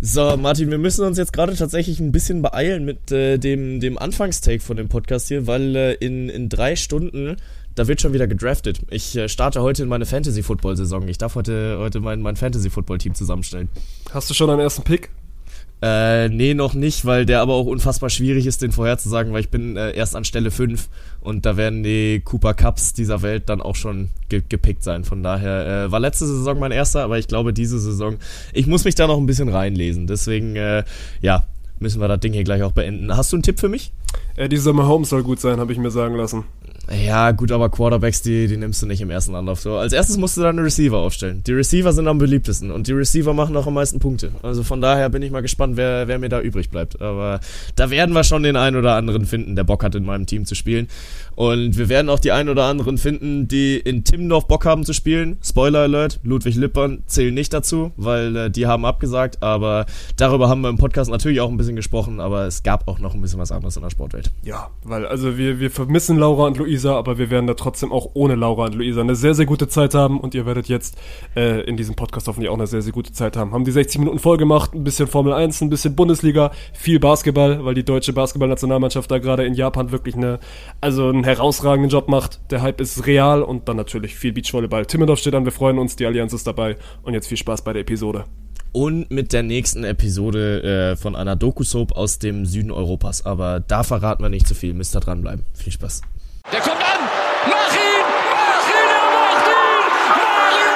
So, Martin, wir müssen uns jetzt gerade tatsächlich ein bisschen beeilen mit dem Anfangstake von dem Podcast hier, weil in 3 Stunden, da wird schon wieder gedraftet. Ich starte heute in meine Fantasy-Football-Saison. Ich darf heute mein Fantasy-Football-Team zusammenstellen. Hast du schon einen ersten Pick? Nee, noch nicht, weil der aber auch unfassbar schwierig ist, den vorherzusagen, weil ich bin erst an Stelle 5 und da werden die Cooper Cupps dieser Welt dann auch schon gepickt sein. Von daher war letzte Saison mein erster, aber ich glaube diese Saison, ich muss mich da noch ein bisschen reinlesen. Deswegen, müssen wir das Ding hier gleich auch beenden. Hast du einen Tipp für mich? Dieser Mahomes soll gut sein, habe ich mir sagen lassen. Ja, gut, aber Quarterbacks, die nimmst du nicht im ersten Anlauf. So, als erstes musst du deine Receiver aufstellen. Die Receiver sind am beliebtesten und die Receiver machen auch am meisten Punkte. Also von daher bin ich mal gespannt, wer mir da übrig bleibt. Aber da werden wir schon den einen oder anderen finden, der Bock hat, in meinem Team zu spielen. Und wir werden auch die einen oder anderen finden, die in Timmendorf Bock haben zu spielen. Spoiler Alert, Ludwig Lippern zählen nicht dazu, weil die haben abgesagt. Aber darüber haben wir im Podcast natürlich auch ein bisschen gesprochen, aber es gab auch noch ein bisschen was anderes in der Sportwelt. Ja, weil also wir vermissen Laura und Luisa, aber wir werden da trotzdem auch ohne Laura und Luisa eine sehr, sehr gute Zeit haben und ihr werdet jetzt in diesem Podcast hoffentlich auch eine sehr, sehr gute Zeit haben. Haben die 60 Minuten voll gemacht, ein bisschen Formel 1, ein bisschen Bundesliga, viel Basketball, weil die deutsche Basketballnationalmannschaft da gerade in Japan wirklich einen herausragenden Job macht. Der Hype ist real und dann natürlich viel Beachvolleyball. Timmendorf steht an, wir freuen uns, die Allianz ist dabei und jetzt viel Spaß bei der Episode. Und mit der nächsten Episode von einer Doku-Soap aus dem Süden Europas. Aber da verraten wir nicht zu viel. Müsst ihr dranbleiben. Viel Spaß. Der kommt an! Mach ihn! Mach ihn! Er macht ihn! Mario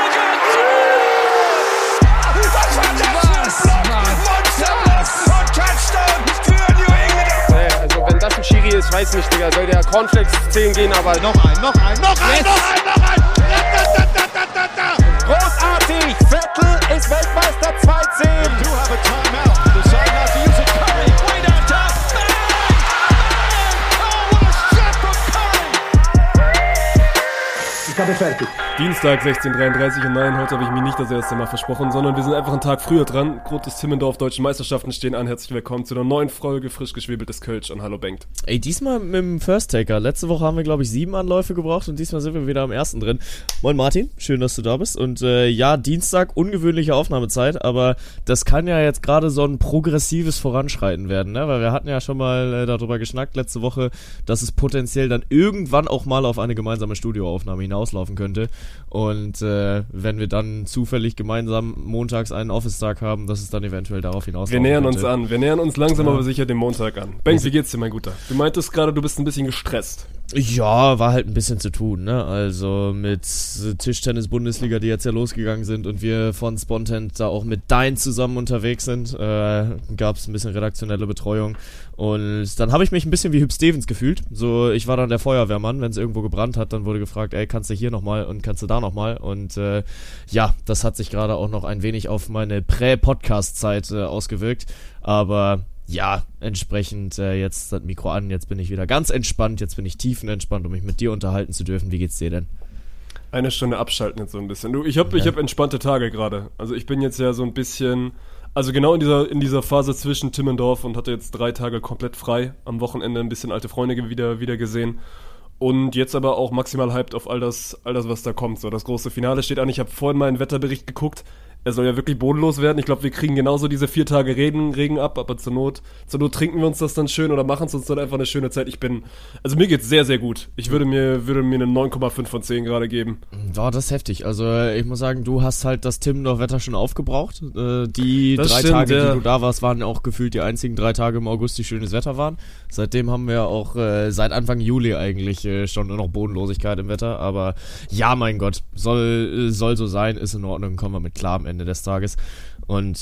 Götze! Was war das für ein Monster! Und Touchdown für New England! Naja, also wenn das ein Schiri ist, weiß nicht, Digga. Soll der Cornflakes 10 gehen, aber... Noch ein! Großartig! Vettel ist Weltmeister 2-10! You have a timeout. Decide not to use it. Curry, way downtown. Oh, what a shot from Curry! Ich habe fertig. Dienstag 16:33 und nein, heute habe ich mich nicht das erste Mal versprochen, sondern wir sind einfach einen Tag früher dran. Grotes Timmendorf, Deutschen Meisterschaften stehen an. Herzlich willkommen zu einer neuen Folge frisch geschwebeltes Kölsch und hallo Bengt. Ey, diesmal mit dem First Taker. Letzte Woche haben wir, glaube ich, 7 Anläufe gebraucht und diesmal sind wir wieder am ersten drin. Moin Martin, schön, dass du da bist. Und Dienstag, ungewöhnliche Aufnahmezeit, aber das kann ja jetzt gerade so ein progressives Voranschreiten werden, ne? Weil wir hatten ja schon mal darüber geschnackt letzte Woche, dass es potenziell dann irgendwann auch mal auf eine gemeinsame Studioaufnahme hinauslaufen könnte. Und wenn wir dann zufällig gemeinsam montags einen Office-Tag haben, dass es dann eventuell darauf hinauslaufen Wir nähern könnte. uns an. Wir nähern uns langsam aber sicher dem Montag an. Bengt, wie geht's dir, mein Guter? Du meintest gerade, du bist ein bisschen gestresst. Ja, war halt ein bisschen zu tun, ne? Also mit Tischtennis-Bundesliga, die jetzt ja losgegangen sind und wir von Spontent da auch mit Dein zusammen unterwegs sind, gab es ein bisschen redaktionelle Betreuung und dann habe ich mich ein bisschen wie Hüb Stevens gefühlt. So, ich war dann der Feuerwehrmann, wenn es irgendwo gebrannt hat, dann wurde gefragt, ey, kannst du hier nochmal und kannst du da nochmal und das hat sich gerade auch noch ein wenig auf meine Prä-Podcast-Zeit ausgewirkt, aber ja, entsprechend jetzt das Mikro an, jetzt bin ich wieder ganz entspannt, jetzt bin ich tiefenentspannt, um mich mit dir unterhalten zu dürfen. Wie geht's dir denn? Eine Stunde abschalten jetzt so ein bisschen. Ich hab entspannte Tage gerade. Also ich bin jetzt ja so ein bisschen, also genau in dieser Phase zwischen Timmendorf und hatte jetzt 3 Tage komplett frei. Am Wochenende ein bisschen alte Freunde wieder gesehen. Und jetzt aber auch maximal hyped auf all das, was da kommt. So, das große Finale steht an. Ich habe vorhin meinen Wetterbericht geguckt. Er soll ja wirklich bodenlos werden. Ich glaube, wir kriegen genauso diese 4 Tage Regen ab, aber zur Not trinken wir uns das dann schön oder machen es uns dann einfach eine schöne Zeit. Also mir geht's sehr, sehr gut. Ich würde mir eine 9,5 von 10 gerade geben. Ja, das ist heftig. Also ich muss sagen, du hast halt das Timmendorf-Wetter schon aufgebraucht. Die das 3 stimmt, Tage, ja. die du da warst, waren auch gefühlt die einzigen 3 Tage im August, die schönes Wetter waren. Seitdem haben wir auch seit Anfang Juli eigentlich schon nur noch Bodenlosigkeit im Wetter. Aber ja, mein Gott, soll so sein, ist in Ordnung, kommen wir mit klar am Ende des Tages. Und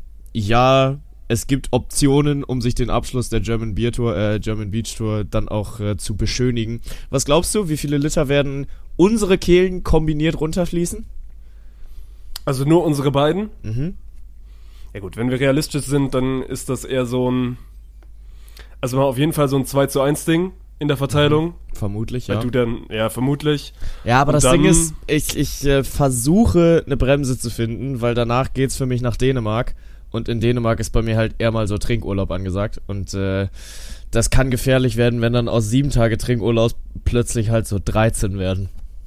es gibt Optionen, um sich den Abschluss der German Beach Tour dann auch zu beschönigen. Was glaubst du, wie viele Liter werden unsere Kehlen kombiniert runterfließen? Also nur unsere beiden? Mhm. Ja gut, wenn wir realistisch sind, dann ist das eher so ein, also mal auf jeden Fall so ein 2:1 Ding in der Verteilung. Vermutlich, Weil ja. du dann, ja, vermutlich. Ja, aber Und das dann, Ding ist, ich versuche eine Bremse zu finden, weil danach geht's für mich nach Dänemark und in Dänemark ist bei mir halt eher mal so Trinkurlaub angesagt und das kann gefährlich werden, wenn dann aus 7 Tage Trinkurlaub plötzlich halt so 13 werden.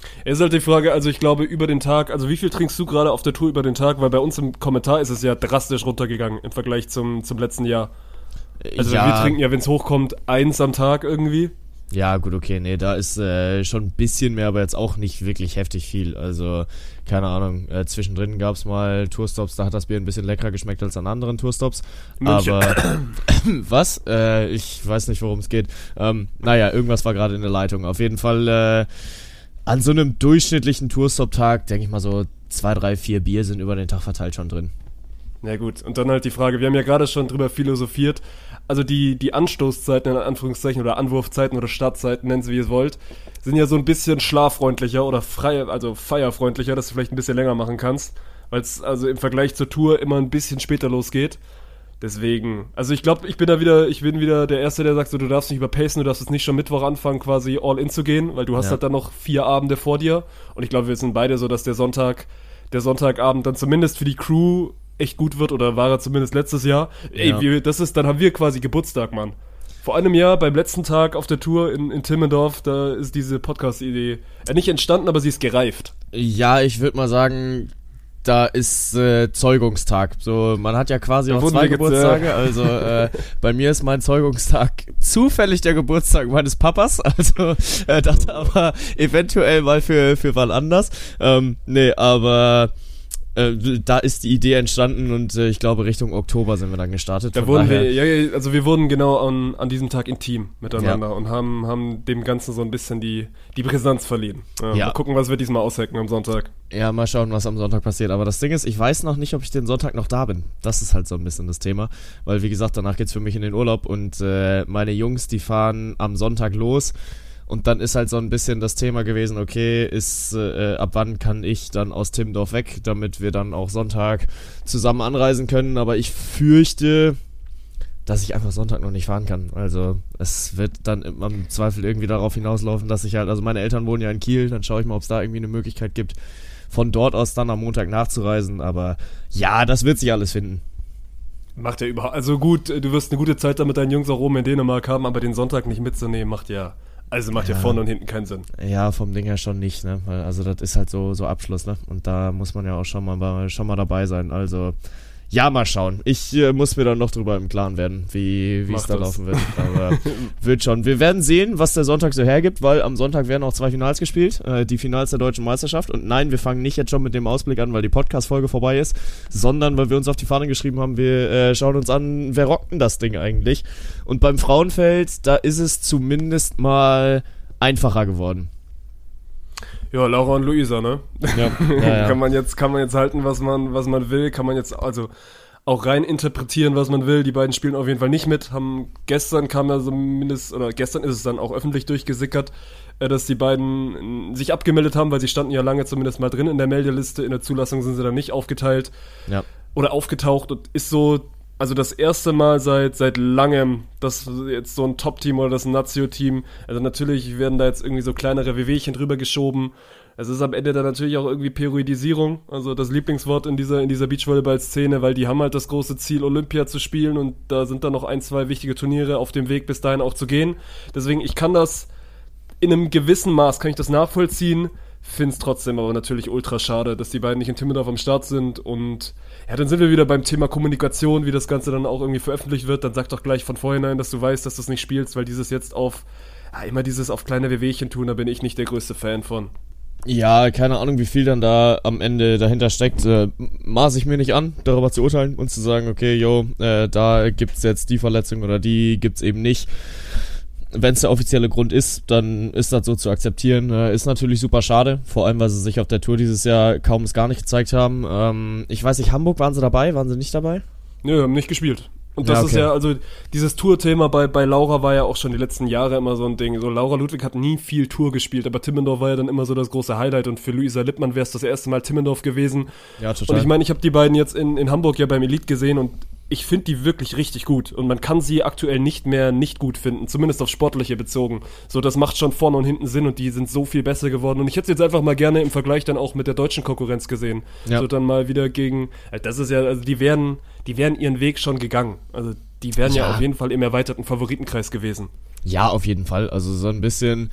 Es ist halt die Frage, also ich glaube über den Tag, also wie viel trinkst du gerade auf der Tour über den Tag? Weil bei uns im Kommentar ist es ja drastisch runtergegangen im Vergleich zum letzten Jahr. Also wir trinken ja, wenn es hochkommt, 1 am Tag irgendwie. Ja, gut, okay, nee, da ist schon ein bisschen mehr, aber jetzt auch nicht wirklich heftig viel. Also, keine Ahnung, zwischendrin gab's mal Tourstops, da hat das Bier ein bisschen leckerer geschmeckt als an anderen Tourstops. München. Aber, was? Ich weiß nicht, worum es geht. Naja, irgendwas war gerade in der Leitung. Auf jeden Fall, an so einem durchschnittlichen Tourstop-Tag, denke ich mal so 2, 3, 4 Bier sind über den Tag verteilt schon drin. Na gut, und dann halt die Frage, wir haben ja gerade schon drüber philosophiert, also die Anstoßzeiten in Anführungszeichen oder Anwurfzeiten oder Startzeiten, nennen Sie wie ihr es wollt, sind ja so ein bisschen schlaffreundlicher oder feierfreundlicher, dass du vielleicht ein bisschen länger machen kannst, weil es also im Vergleich zur Tour immer ein bisschen später losgeht. Deswegen, also ich glaube, ich bin wieder der Erste, der sagt so, du darfst nicht überpacen, du darfst jetzt nicht schon Mittwoch anfangen, quasi all in zu gehen, weil du hast halt dann noch 4 Abende vor dir und ich glaube, wir sind beide so, dass der Sonntagabend dann zumindest für die Crew echt gut wird, oder war er zumindest letztes Jahr. Ja. Ey, dann haben wir quasi Geburtstag, Mann. Vor einem Jahr, beim letzten Tag auf der Tour in Timmendorf, da ist diese Podcast-Idee nicht entstanden, aber sie ist gereift. Ja, ich würde mal sagen, da ist Zeugungstag. So, man hat ja quasi auch 2 Geburtstage. Also bei mir ist mein Zeugungstag zufällig der Geburtstag meines Papas. Also das aber eventuell mal für wann anders. Nee, aber da ist die Idee entstanden und ich glaube Richtung Oktober sind wir dann gestartet. Da wurden wir wurden genau an diesem Tag intim miteinander und haben dem Ganzen so ein bisschen die Brisanz verliehen. Mal gucken, was wir diesmal aushacken am Sonntag. Ja, mal schauen, was am Sonntag passiert. Aber das Ding ist, ich weiß noch nicht, ob ich den Sonntag noch da bin. Das ist halt so ein bisschen das Thema. Weil, wie gesagt, danach geht's für mich in den Urlaub und meine Jungs, die fahren am Sonntag los. Und dann ist halt so ein bisschen das Thema gewesen, okay, ab wann kann ich dann aus Timmendorf weg, damit wir dann auch Sonntag zusammen anreisen können. Aber ich fürchte, dass ich einfach Sonntag noch nicht fahren kann. Also es wird dann im Zweifel irgendwie darauf hinauslaufen, dass ich halt, also meine Eltern wohnen ja in Kiel, dann schaue ich mal, ob es da irgendwie eine Möglichkeit gibt, von dort aus dann am Montag nachzureisen. Aber ja, das wird sich alles finden. Macht ja überhaupt, also gut, du wirst eine gute Zeit damit deinen Jungs auch oben in Dänemark haben, aber den Sonntag nicht mitzunehmen, macht ja vorne und hinten keinen Sinn. Ja, vom Ding her schon nicht, ne? Weil, also das ist halt so Abschluss, ne? Und da muss man ja auch schon mal dabei sein. Also ja, mal schauen. Ich muss mir dann noch drüber im Klaren werden, wie es da laufen wird. Aber wird schon. Wir werden sehen, was der Sonntag so hergibt, weil am Sonntag werden auch 2 Finals gespielt. Die Finals der Deutschen Meisterschaft. Und nein, wir fangen nicht jetzt schon mit dem Ausblick an, weil die Podcast-Folge vorbei ist, sondern weil wir uns auf die Fahne geschrieben haben, wir schauen uns an, wer rockt denn das Ding eigentlich? Und beim Frauenfeld, da ist es zumindest mal einfacher geworden. Ja, Laura und Luisa, ne? Ja. Kann man jetzt halten, was man will, kann man jetzt also auch rein interpretieren, was man will. Die beiden spielen auf jeden Fall nicht mit. Gestern ist es dann auch öffentlich durchgesickert, dass die beiden sich abgemeldet haben, weil sie standen ja lange zumindest mal drin in der Meldeliste. In der Zulassung sind sie dann nicht aufgeteilt oder aufgetaucht und ist so, also das erste Mal seit langem, dass jetzt so ein Top-Team oder das Nazio-Team, also natürlich werden da jetzt irgendwie so kleinere Wehwehchen drüber geschoben. Es ist am Ende dann natürlich auch irgendwie Periodisierung, also das Lieblingswort in dieser Beachvolleyball-Szene, weil die haben halt das große Ziel, Olympia zu spielen und da sind dann noch 1, 2 wichtige Turniere auf dem Weg, bis dahin auch zu gehen. Deswegen, ich kann das in einem gewissen Maß, kann ich das nachvollziehen, finde es trotzdem aber natürlich ultra schade, dass die beiden nicht in Timmendorf am Start sind. Und ja, dann sind wir wieder beim Thema Kommunikation, wie das Ganze dann auch irgendwie veröffentlicht wird. Dann sag doch gleich von vornherein, dass du weißt, dass du es nicht spielst, weil dieses jetzt immer dieses auf kleine Wehwehchen tun, da bin ich nicht der größte Fan von. Ja, keine Ahnung, wie viel dann da am Ende dahinter steckt. Maß ich mir nicht an, darüber zu urteilen und zu sagen, okay, da gibt's jetzt die Verletzung oder die gibt's eben nicht. Wenn es der offizielle Grund ist, dann ist das so zu akzeptieren. Ist natürlich super schade, vor allem, weil sie sich auf der Tour dieses Jahr kaum bis gar nicht gezeigt haben. Ich weiß nicht, Hamburg, waren sie dabei? Waren sie nicht dabei? Nö, haben nicht gespielt. Und das ist ja, also dieses Tour-Thema bei Laura war ja auch schon die letzten Jahre immer so ein Ding. So, Laura Ludwig hat nie viel Tour gespielt, aber Timmendorf war ja dann immer so das große Highlight und für Luisa Lippmann wäre es das erste Mal Timmendorf gewesen. Ja, total. Und ich meine, ich habe die beiden jetzt in Hamburg ja beim Elite gesehen und ich finde die wirklich richtig gut und man kann sie aktuell nicht mehr nicht gut finden, zumindest auf Sportliche bezogen. So, das macht schon vorne und hinten Sinn und die sind so viel besser geworden und ich hätte sie jetzt einfach mal gerne im Vergleich dann auch mit der deutschen Konkurrenz gesehen. Ja. So dann mal wieder gegen, das ist ja, also die wären ihren Weg schon gegangen. Also die wären ja auf jeden Fall im erweiterten Favoritenkreis gewesen. Ja, auf jeden Fall. Also so ein bisschen,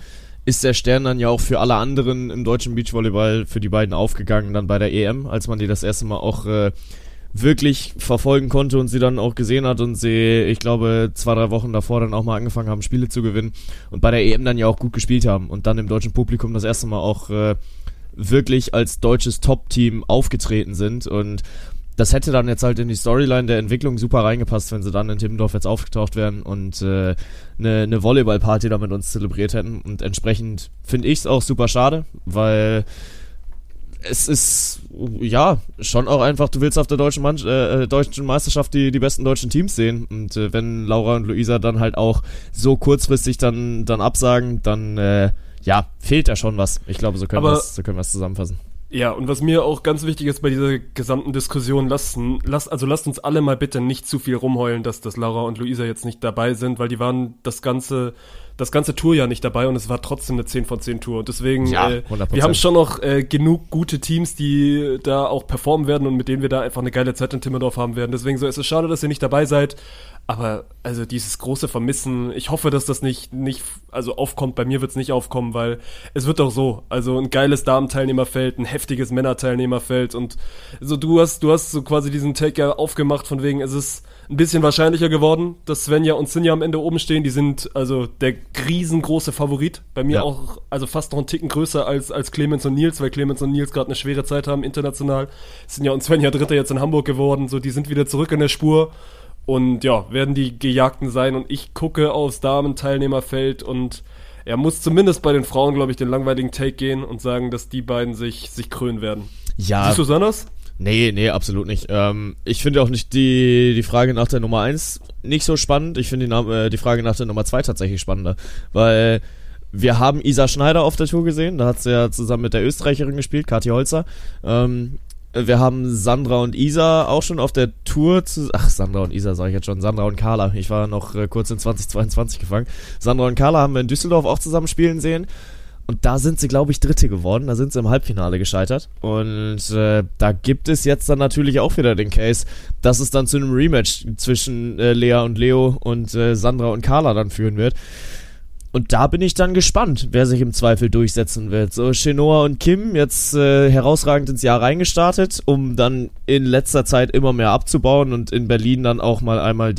ist der Stern dann ja auch für alle anderen im deutschen Beachvolleyball, für die beiden aufgegangen, dann bei der EM, als man die das erste Mal auch wirklich verfolgen konnte und sie dann auch gesehen hat und sie, ich glaube, 2-3 Wochen davor dann auch mal angefangen haben, Spiele zu gewinnen und bei der EM dann ja auch gut gespielt haben und dann im deutschen Publikum das erste Mal auch wirklich als deutsches Top-Team aufgetreten sind und das hätte dann jetzt halt in die Storyline der Entwicklung super reingepasst, wenn sie dann in Timmendorf jetzt aufgetaucht wären und eine Volleyball-Party da mit uns zelebriert hätten und entsprechend finde ich es auch super schade, weil es ist, ja, schon auch einfach, du willst auf der deutschen Meisterschaft die besten deutschen Teams sehen und wenn Laura und Luisa dann halt auch so kurzfristig dann absagen, dann ja, fehlt da schon was. Ich glaube, so können wir es zusammenfassen. Ja, und was mir auch ganz wichtig ist bei dieser gesamten Diskussion, lasst uns alle mal bitte nicht zu viel rumheulen, dass Laura und Luisa jetzt nicht dabei sind, weil die waren das ganze Tourjahr nicht dabei und es war trotzdem eine 10 von 10 Tour. Und deswegen, ja, 100%. Wir haben schon noch genug gute Teams, die da auch performen werden und mit denen wir da einfach eine geile Zeit in Timmendorf haben werden. Deswegen so, es ist schade, dass ihr nicht dabei seid. Aber also dieses große Vermissen, ich hoffe, dass das nicht aufkommt. Bei mir wird es nicht aufkommen, weil es wird doch so. Also ein geiles Damenteilnehmerfeld, ein heftiges Männerteilnehmerfeld und so du hast so quasi diesen Take ja aufgemacht von wegen, es ist ein bisschen wahrscheinlicher geworden, dass Svenja und Sinja am Ende oben stehen. Die sind also der riesengroße Favorit. Bei mir auch, also fast noch einen Ticken größer als Clemens und Nils, weil Clemens und Nils gerade eine schwere Zeit haben international. Sinja und Svenja Dritter jetzt in Hamburg geworden. So, die sind wieder zurück in der Spur. Und ja, werden die Gejagten sein und ich gucke aufs Damen-Teilnehmerfeld und er muss zumindest bei den Frauen, glaube ich, den langweiligen Take gehen und sagen, dass die beiden sich krönen werden. Ja. Siehst du es anders? Nee, absolut nicht. Ich finde auch nicht die Frage nach der Nummer 1 nicht so spannend. Ich finde die Frage nach der Nummer 2 tatsächlich spannender, weil wir haben Isa Schneider auf der Tour gesehen, da hat sie ja zusammen mit der Österreicherin gespielt, Kathi Holzer. Wir haben Sandra und Isa auch schon auf der Tour Sandra und Isa sage ich jetzt schon, Sandra und Carla. Ich war noch kurz in 2022 gefangen. Sandra und Carla haben wir in Düsseldorf auch zusammen spielen sehen. Und da sind sie, glaube ich, Dritte geworden. Da sind sie im Halbfinale gescheitert. Und da gibt es jetzt dann natürlich auch wieder den Case, dass es dann zu einem Rematch zwischen Lea und Leo und Sandra und Carla dann führen wird. Und da bin ich dann gespannt, wer sich im Zweifel durchsetzen wird. So, Chenoa und Kim jetzt herausragend ins Jahr reingestartet, um dann in letzter Zeit immer mehr abzubauen und in Berlin dann auch mal einmal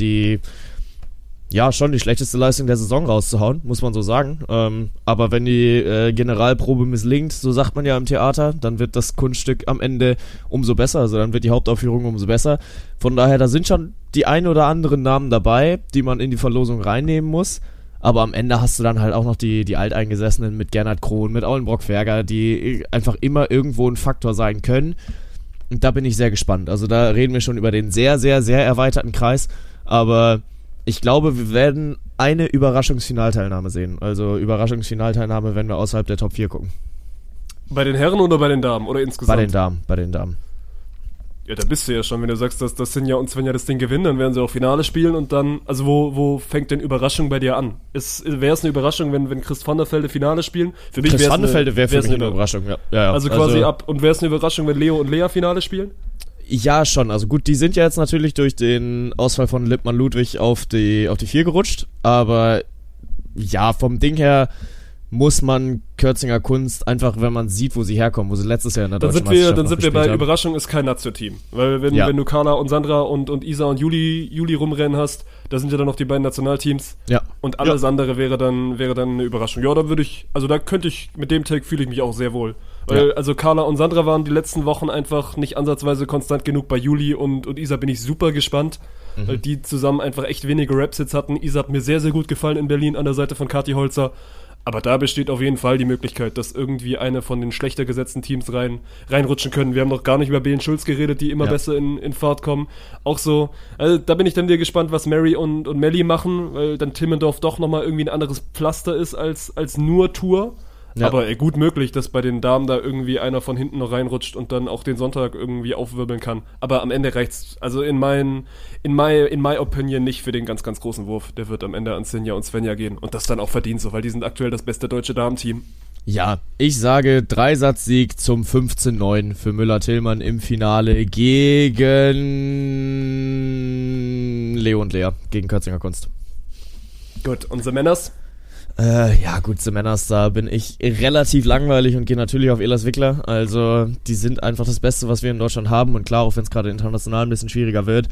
schon die schlechteste Leistung der Saison rauszuhauen, muss man so sagen. Aber wenn die Generalprobe misslingt, so sagt man ja im Theater, dann wird das Kunststück am Ende umso besser, also dann wird die Hauptaufführung umso besser. Von daher, da sind schon die ein oder anderen Namen dabei, die man in die Verlosung reinnehmen muss. Aber am Ende hast du dann halt auch noch die Alteingesessenen mit Gernot Krohn, mit Aulenbrock-Verger, die einfach immer irgendwo ein Faktor sein können. Und da bin ich sehr gespannt. Also da reden wir schon über den sehr, sehr, sehr erweiterten Kreis. Aber ich glaube, wir werden eine Überraschungsfinalteilnahme sehen. Also Überraschungsfinalteilnahme, wenn wir außerhalb der Top 4 gucken. Bei den Herren oder bei den Damen? Oder insgesamt? Bei den Damen. Ja, da bist du ja schon, wenn du sagst, dass Sinja und Svenja das Ding gewinnen, dann werden sie auch Finale spielen und dann, also wo fängt denn Überraschung bei dir an? Wäre es eine Überraschung, wenn Chris van der Velde Finale spielen? Für mich Chris van der Velde wäre für mich eine Überraschung, ja. Also quasi und wäre es eine Überraschung, wenn Leo und Lea Finale spielen? Ja, schon. Also gut, die sind ja jetzt natürlich durch den Ausfall von Lippmann Ludwig auf die 4 gerutscht, aber ja, vom Ding her muss man Kürzinger Kunst einfach, wenn man sieht, wo sie herkommen, wo sie letztes Jahr in der deutschen Meisterschaft Dann sind wir bei Überraschung ist kein Nazio-Team. Weil wenn du Carla und Sandra und Isa und Juli rumrennen hast, da sind ja dann noch die beiden Nationalteams. Ja. Und alles andere wäre dann eine Überraschung. Ja, mit dem Take fühle ich mich auch sehr wohl. Weil, also Carla und Sandra waren die letzten Wochen einfach nicht ansatzweise konstant genug bei Juli und Isa bin ich super gespannt, weil die zusammen einfach echt wenige Rap-Sits hatten. Isa hat mir sehr, sehr gut gefallen in Berlin an der Seite von Kathi Holzer. Aber da besteht auf jeden Fall die Möglichkeit, dass irgendwie eine von den schlechter gesetzten Teams reinrutschen können. Wir haben noch gar nicht über Belen Schulz geredet, die immer besser in Fahrt kommen. Auch so, also da bin ich dann wieder gespannt, was Mary und Melly machen, weil dann Timmendorf doch nochmal irgendwie ein anderes Pflaster ist als nur Tour. Ja. Aber gut möglich, dass bei den Damen da irgendwie einer von hinten noch reinrutscht und dann auch den Sonntag irgendwie aufwirbeln kann. Aber am Ende reicht's, also in my opinion nicht für den ganz, ganz großen Wurf. Der wird am Ende an Sinja und Svenja gehen. Und das dann auch verdient so, weil die sind aktuell das beste deutsche Damenteam. Ja, ich sage 3-Satz-Sieg zum 15-9 für Müller-Tillmann im Finale gegen Leo und Lea, gegen Kürzinger Kunst. Gut, unsere Männers? Ja gut, The Männers, da bin ich relativ langweilig und gehe natürlich auf Ehlers Wickler. Also die sind einfach das Beste, was wir in Deutschland haben. Und klar, auch wenn es gerade international ein bisschen schwieriger wird,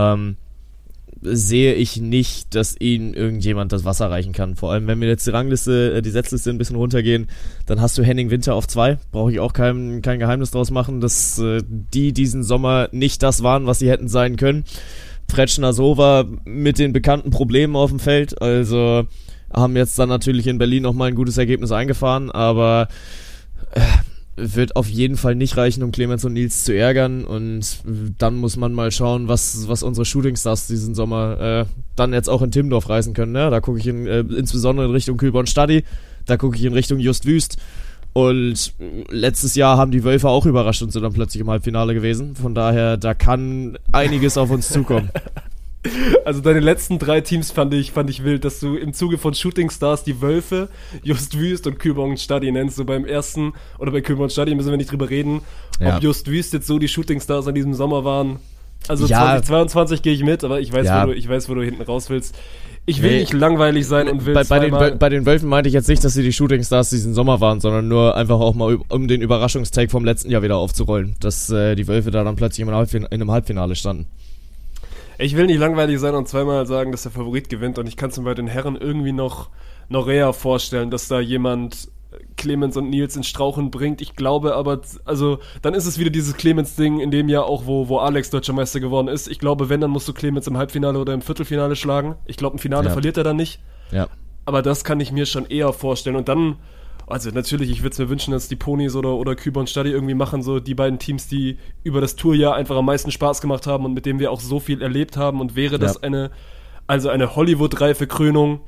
sehe ich nicht, dass ihnen irgendjemand das Wasser reichen kann. Vor allem, wenn wir jetzt die Setzliste ein bisschen runtergehen, dann hast du Henning Winter auf 2. Brauche ich auch kein Geheimnis draus machen, dass die diesen Sommer nicht das waren, was sie hätten sein können. Pretschner Sova mit den bekannten Problemen auf dem Feld, also haben jetzt dann natürlich in Berlin nochmal ein gutes Ergebnis eingefahren, aber wird auf jeden Fall nicht reichen, um Clemens und Nils zu ärgern, und dann muss man mal schauen, was unsere Shootingstars diesen Sommer dann jetzt auch in Timmendorf reißen können. Ne? Da gucke ich insbesondere in Richtung Kühlborn Stadi, da gucke ich in Richtung Just Wüst, und letztes Jahr haben die Wölfe auch überrascht und sind dann plötzlich im Halbfinale gewesen, von daher, da kann einiges auf uns zukommen. Also deine letzten 3 Teams fand ich wild, dass du im Zuge von Shooting Stars die Wölfe, Just Wüst und Kühlborn Stadi nennst. So beim ersten, oder bei Kühlborn Stadi müssen wir nicht drüber reden, ob Just Wüst jetzt so die Shooting Stars an diesem Sommer waren. Also 2022 gehe ich mit, aber ich weiß, wo du hinten raus willst. Ich will nicht langweilig sein und will bei den Wölfen meinte ich jetzt nicht, dass sie die Shooting Stars diesen Sommer waren, sondern nur einfach auch mal, um den Überraschungstag vom letzten Jahr wieder aufzurollen, dass die Wölfe da dann plötzlich in einem Halbfinale standen. Ich will nicht langweilig sein und zweimal sagen, dass der Favorit gewinnt, und ich kann es mir bei den Herren irgendwie noch eher vorstellen, dass da jemand Clemens und Nils ins Strauchen bringt. Ich glaube aber, also dann ist es wieder dieses Clemens-Ding in dem Jahr auch, wo Alex Deutscher Meister geworden ist. Ich glaube, wenn, dann musst du Clemens im Halbfinale oder im Viertelfinale schlagen. Ich glaube, im Finale verliert er dann nicht. Ja. Aber das kann ich mir schon eher vorstellen. Und dann, also natürlich, ich würde es mir wünschen, dass die Ponys oder Kühlborn Stadi irgendwie machen, so die beiden Teams, die über das Tourjahr einfach am meisten Spaß gemacht haben und mit denen wir auch so viel erlebt haben, und wäre das eine Hollywood-reife Krönung.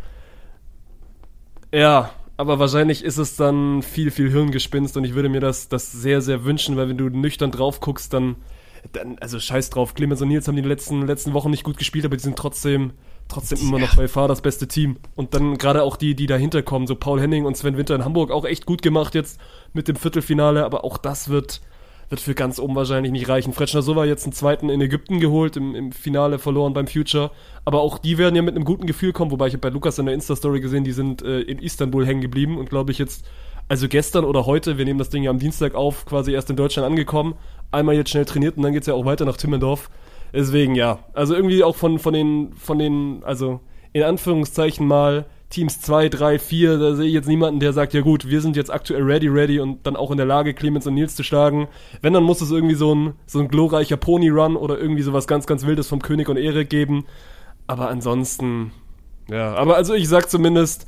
Ja, aber wahrscheinlich ist es dann viel, viel Hirngespinst, und ich würde mir das sehr, sehr wünschen, weil wenn du nüchtern drauf guckst, dann also scheiß drauf, Clemens und Nils haben die letzten Wochen nicht gut gespielt, aber die sind trotzdem immer noch bei far das beste Team. Und dann gerade auch die dahinter kommen, so Paul Henning und Sven Winter in Hamburg, auch echt gut gemacht jetzt mit dem Viertelfinale, aber auch das wird für ganz oben wahrscheinlich nicht reichen. Pretschner Sova jetzt einen zweiten in Ägypten geholt, im Finale verloren beim Future, aber auch die werden ja mit einem guten Gefühl kommen, wobei ich habe bei Lukas in der Insta-Story gesehen, die sind in Istanbul hängen geblieben und glaube ich jetzt, also gestern oder heute, wir nehmen das Ding ja am Dienstag auf, quasi erst in Deutschland angekommen, einmal jetzt schnell trainiert und dann geht's ja auch weiter nach Timmendorf. Deswegen ja, also irgendwie auch von den, also in Anführungszeichen mal Teams 2, 3, 4, da sehe ich jetzt niemanden, der sagt, ja gut, wir sind jetzt aktuell ready und dann auch in der Lage, Clemens und Nils zu schlagen. Wenn, dann muss es irgendwie so ein glorreicher Pony-Run oder irgendwie sowas ganz, ganz Wildes vom König und Erik geben. Aber ansonsten, ja, aber also ich sag zumindest,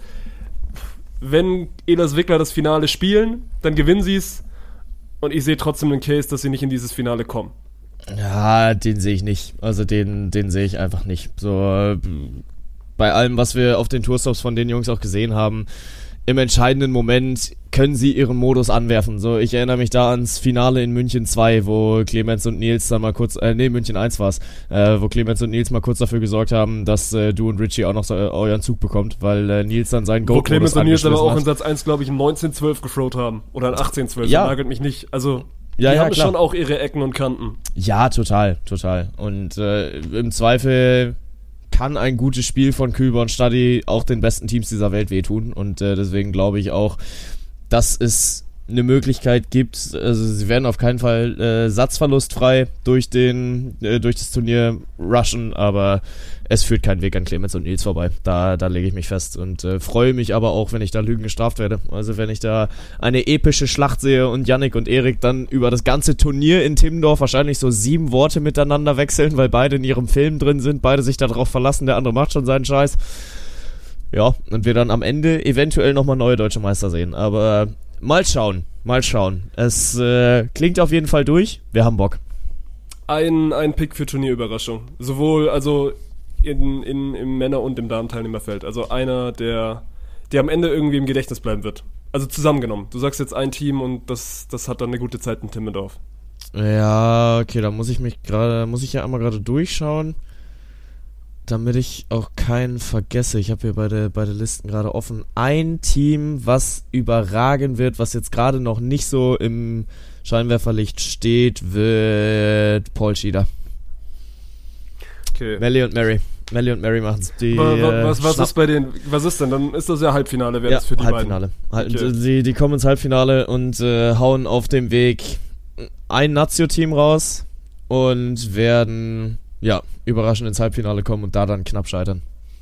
wenn Ehlers Wickler das Finale spielen, dann gewinnen sie es, und ich sehe trotzdem den Case, dass sie nicht in dieses Finale kommen. Ja, den sehe ich nicht. Also den sehe ich einfach nicht. So, bei allem, was wir auf den Tourstops von den Jungs auch gesehen haben, im entscheidenden Moment können sie ihren Modus anwerfen. So, ich erinnere mich da ans Finale in München 2, wo Clemens und Nils dann mal kurz, München 1 war's, wo Clemens und Nils mal kurz dafür gesorgt haben, dass du und Richie auch noch so, euren Zug bekommt, weil Nils dann seinen Go-Modus angeschlossen hat. Wo Clemens und Nils aber auch in Satz 1, glaube ich, ein 19-12 gefrowt haben. Oder ein 18-12, ja. Nagelt mich nicht. Also, die haben klar. Schon auch ihre Ecken und Kanten. Ja, total. Und im Zweifel kann ein gutes Spiel von Kühlborn Stadi auch den besten Teams dieser Welt wehtun, und deswegen glaube ich auch, dass es eine Möglichkeit gibt. Also sie werden auf keinen Fall satzverlustfrei durch das Turnier rushen, aber es führt kein Weg an Clemens und Nils vorbei. Da lege ich mich fest und freue mich aber auch, wenn ich da Lügen gestraft werde. Also wenn ich da eine epische Schlacht sehe und Yannick und Erik dann über das ganze Turnier in Timmendorf wahrscheinlich so 7 Worte miteinander wechseln, weil beide in ihrem Film drin sind, beide sich darauf verlassen, der andere macht schon seinen Scheiß. Ja, und wir dann am Ende eventuell nochmal neue deutsche Meister sehen. Aber mal schauen. Es klingt auf jeden Fall durch. Wir haben Bock. Ein Pick für Turnierüberraschung. Sowohl also im Männer- und im Damen-Teilnehmerfeld. Also einer, der am Ende irgendwie im Gedächtnis bleiben wird. Also zusammengenommen. Du sagst jetzt ein Team und das hat dann eine gute Zeit in Timmendorf. Ja, okay, da muss ich ja einmal gerade durchschauen, damit ich auch keinen vergesse. Ich habe hier beide Listen gerade offen. Ein Team, was überragen wird, was jetzt gerade noch nicht so im Scheinwerferlicht steht, wird Paul Schieder. Okay. Melly und Mary. Melli und Mary machen es. Was ist denn? Dann ist das ja Halbfinale, wäre das für die Halbfinale. beiden. Okay. Die kommen ins Halbfinale und hauen auf dem Weg ein Nazio-Team raus und werden, überraschend ins Halbfinale kommen und da dann knapp scheitern.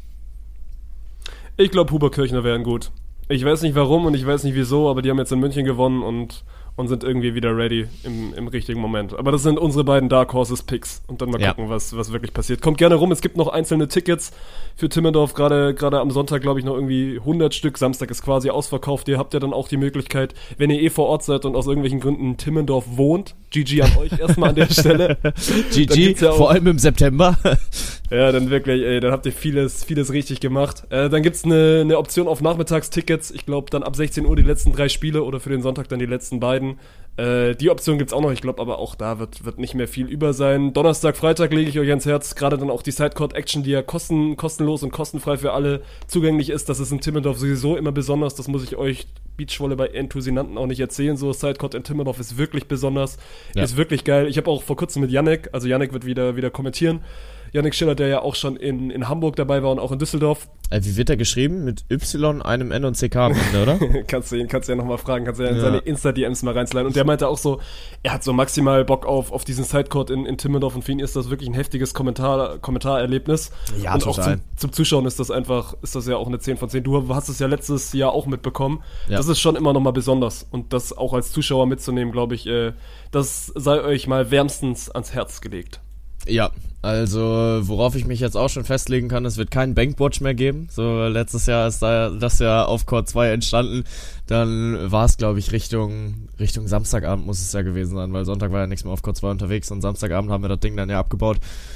Ich glaube, Huber Kirchner wären gut. Ich weiß nicht warum und ich weiß nicht wieso, aber die haben jetzt in München gewonnen und sind irgendwie wieder ready im richtigen Moment. Aber das sind unsere beiden Dark Horses Picks. Und dann mal gucken, was wirklich passiert. Kommt gerne rum, es gibt noch einzelne Tickets für Timmendorf. Gerade am Sonntag, glaube ich, noch irgendwie 100 Stück. Samstag ist quasi ausverkauft. Ihr habt ja dann auch die Möglichkeit, wenn ihr vor Ort seid und aus irgendwelchen Gründen in Timmendorf wohnt. GG an euch erstmal an der Stelle. GG, vor allem im September. Ja, dann wirklich, dann habt ihr vieles richtig gemacht. Dann gibt's eine Option auf Nachmittagstickets. Ich glaube, dann ab 16 Uhr die letzten 3 Spiele oder für den Sonntag dann die letzten beiden. Die Option gibt's auch noch, ich glaube aber auch da wird nicht mehr viel über sein. Donnerstag, Freitag lege ich euch ans Herz, gerade dann auch die Sidecourt-Action, die ja kostenlos und kostenfrei für alle zugänglich ist. Das ist in Timmendorf sowieso immer besonders, das muss ich euch Beachvolleyball-Enthusianten auch nicht erzählen. So, Sidecourt in Timmendorf ist wirklich besonders, ist wirklich geil. Ich habe auch vor kurzem mit Yannick wird wieder kommentieren. Yannick Schiller, der ja auch schon in Hamburg dabei war und auch in Düsseldorf. Wie wird er geschrieben? Mit Y, einem N und CK am Ende, oder? kannst du ja nochmal fragen, kannst du ja in seine Insta-DMs mal reinsliden. Und der meinte auch so, er hat so maximal Bock auf diesen Sidecourt in Timmendorf und für ihn ist das wirklich ein heftiges Kommentarerlebnis. Ja, und total. Auch zum Zuschauen ist das ja auch eine 10 von 10. Du hast es ja letztes Jahr auch mitbekommen. Ja. Das ist schon immer nochmal besonders. Und das auch als Zuschauer mitzunehmen, glaube ich, das sei euch mal wärmstens ans Herz gelegt. Ja, also worauf ich mich jetzt auch schon festlegen kann, es wird keinen Bankwatch mehr geben. So letztes Jahr ist das ja auf Court 2 entstanden. Dann war es, glaube ich, Richtung Samstagabend muss es ja gewesen sein, weil Sonntag war ja nichts mehr auf Court 2 unterwegs und Samstagabend haben wir das Ding dann ja abgebaut.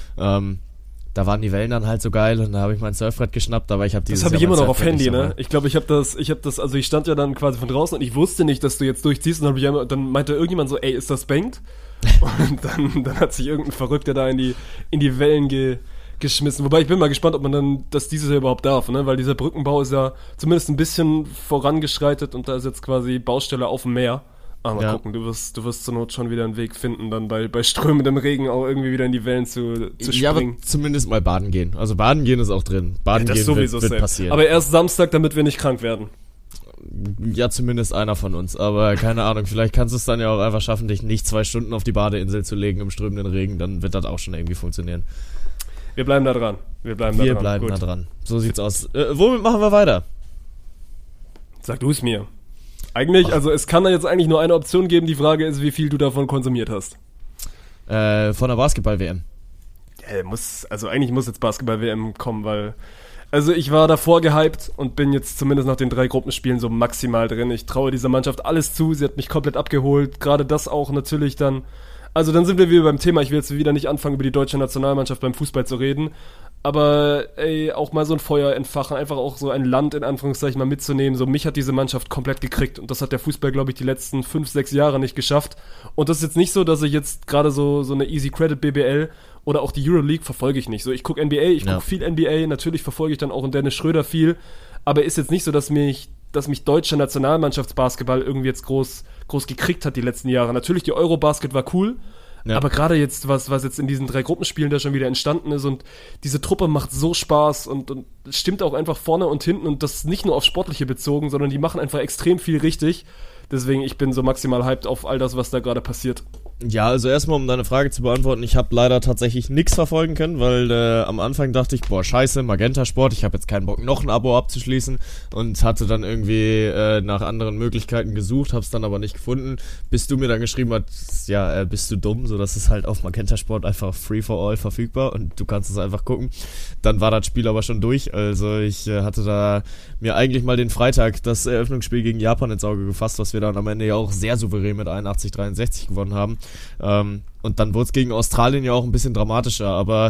Da waren die Wellen dann halt so geil und da habe ich mein Surfbrett geschnappt, aber ich habe dieses Das habe ich immer noch auf Handy, ne? Ich glaube, ich habe das, also ich stand ja dann quasi von draußen und ich wusste nicht, dass du jetzt durchziehst und dann meinte irgendjemand so, ey, ist das banked? Und dann hat sich irgendein Verrückter da in die Wellen geschmissen. Wobei ich bin mal gespannt, ob man dann das dieses Jahr überhaupt darf, ne? Weil dieser Brückenbau ist ja zumindest ein bisschen vorangeschreitet und da ist jetzt quasi Baustelle auf dem Meer. Aber mal gucken, du wirst zur Not schon wieder einen Weg finden, dann bei strömendem Regen auch irgendwie wieder in die Wellen zu springen. Ja, aber zumindest mal baden gehen. Also baden gehen ist auch drin. Baden gehen wird passieren. Aber erst Samstag, damit wir nicht krank werden. Ja, zumindest einer von uns. Aber keine Ahnung, vielleicht kannst du es dann ja auch einfach schaffen, dich nicht 2 Stunden auf die Badeinsel zu legen im strömenden Regen. Dann wird das auch schon irgendwie funktionieren. Wir bleiben da dran. Wir bleiben da dran. So sieht's aus. Womit machen wir weiter? Sag du es mir. Eigentlich, also es kann da jetzt eigentlich nur eine Option geben. Die Frage ist, wie viel du davon konsumiert hast. Von der Basketball-WM. Ja, eigentlich muss jetzt Basketball-WM kommen, weil... Also ich war davor gehypt und bin jetzt zumindest nach den 3 Gruppenspielen so maximal drin. Ich traue dieser Mannschaft alles zu. Sie hat mich komplett abgeholt. Gerade das auch natürlich dann... Also dann sind wir wieder beim Thema. Ich will jetzt wieder nicht anfangen, über die deutsche Nationalmannschaft beim Fußball zu reden. Aber auch mal so ein Feuer entfachen, einfach auch so ein Land in Anführungszeichen mal mitzunehmen. So, mich hat diese Mannschaft komplett gekriegt und das hat der Fußball, glaube ich, die letzten 5-6 Jahre nicht geschafft. Und das ist jetzt nicht so, dass ich jetzt gerade so eine Easy Credit BBL oder auch die Euroleague verfolge ich nicht. So, ich gucke NBA, ich gucke viel NBA, natürlich verfolge ich dann auch Dennis Schröder viel, aber ist jetzt nicht so, dass mich deutscher Nationalmannschaftsbasketball irgendwie jetzt groß gekriegt hat die letzten Jahre. Natürlich, die Eurobasket war cool, aber gerade jetzt, was jetzt in diesen 3 Gruppenspielen da schon wieder entstanden ist und diese Truppe macht so Spaß und stimmt auch einfach vorne und hinten und das nicht nur auf Sportliche bezogen, sondern die machen einfach extrem viel richtig. Deswegen, ich bin so maximal hyped auf all das, was da gerade passiert. Ja, also erstmal, um deine Frage zu beantworten, ich habe leider tatsächlich nichts verfolgen können, weil am Anfang dachte ich, boah, scheiße, Magenta Sport, ich habe jetzt keinen Bock, noch ein Abo abzuschließen und hatte dann irgendwie nach anderen Möglichkeiten gesucht, hab's dann aber nicht gefunden, bis du mir dann geschrieben hast, ja, bist du dumm, so das ist halt auf Magenta Sport einfach free for all verfügbar und du kannst es einfach gucken. Dann war das Spiel aber schon durch, also ich hatte da mir eigentlich mal den Freitag das Eröffnungsspiel gegen Japan ins Auge gefasst, was wir dann am Ende ja auch sehr souverän mit 81-63 gewonnen haben. Und dann wurde es gegen Australien ja auch ein bisschen dramatischer, aber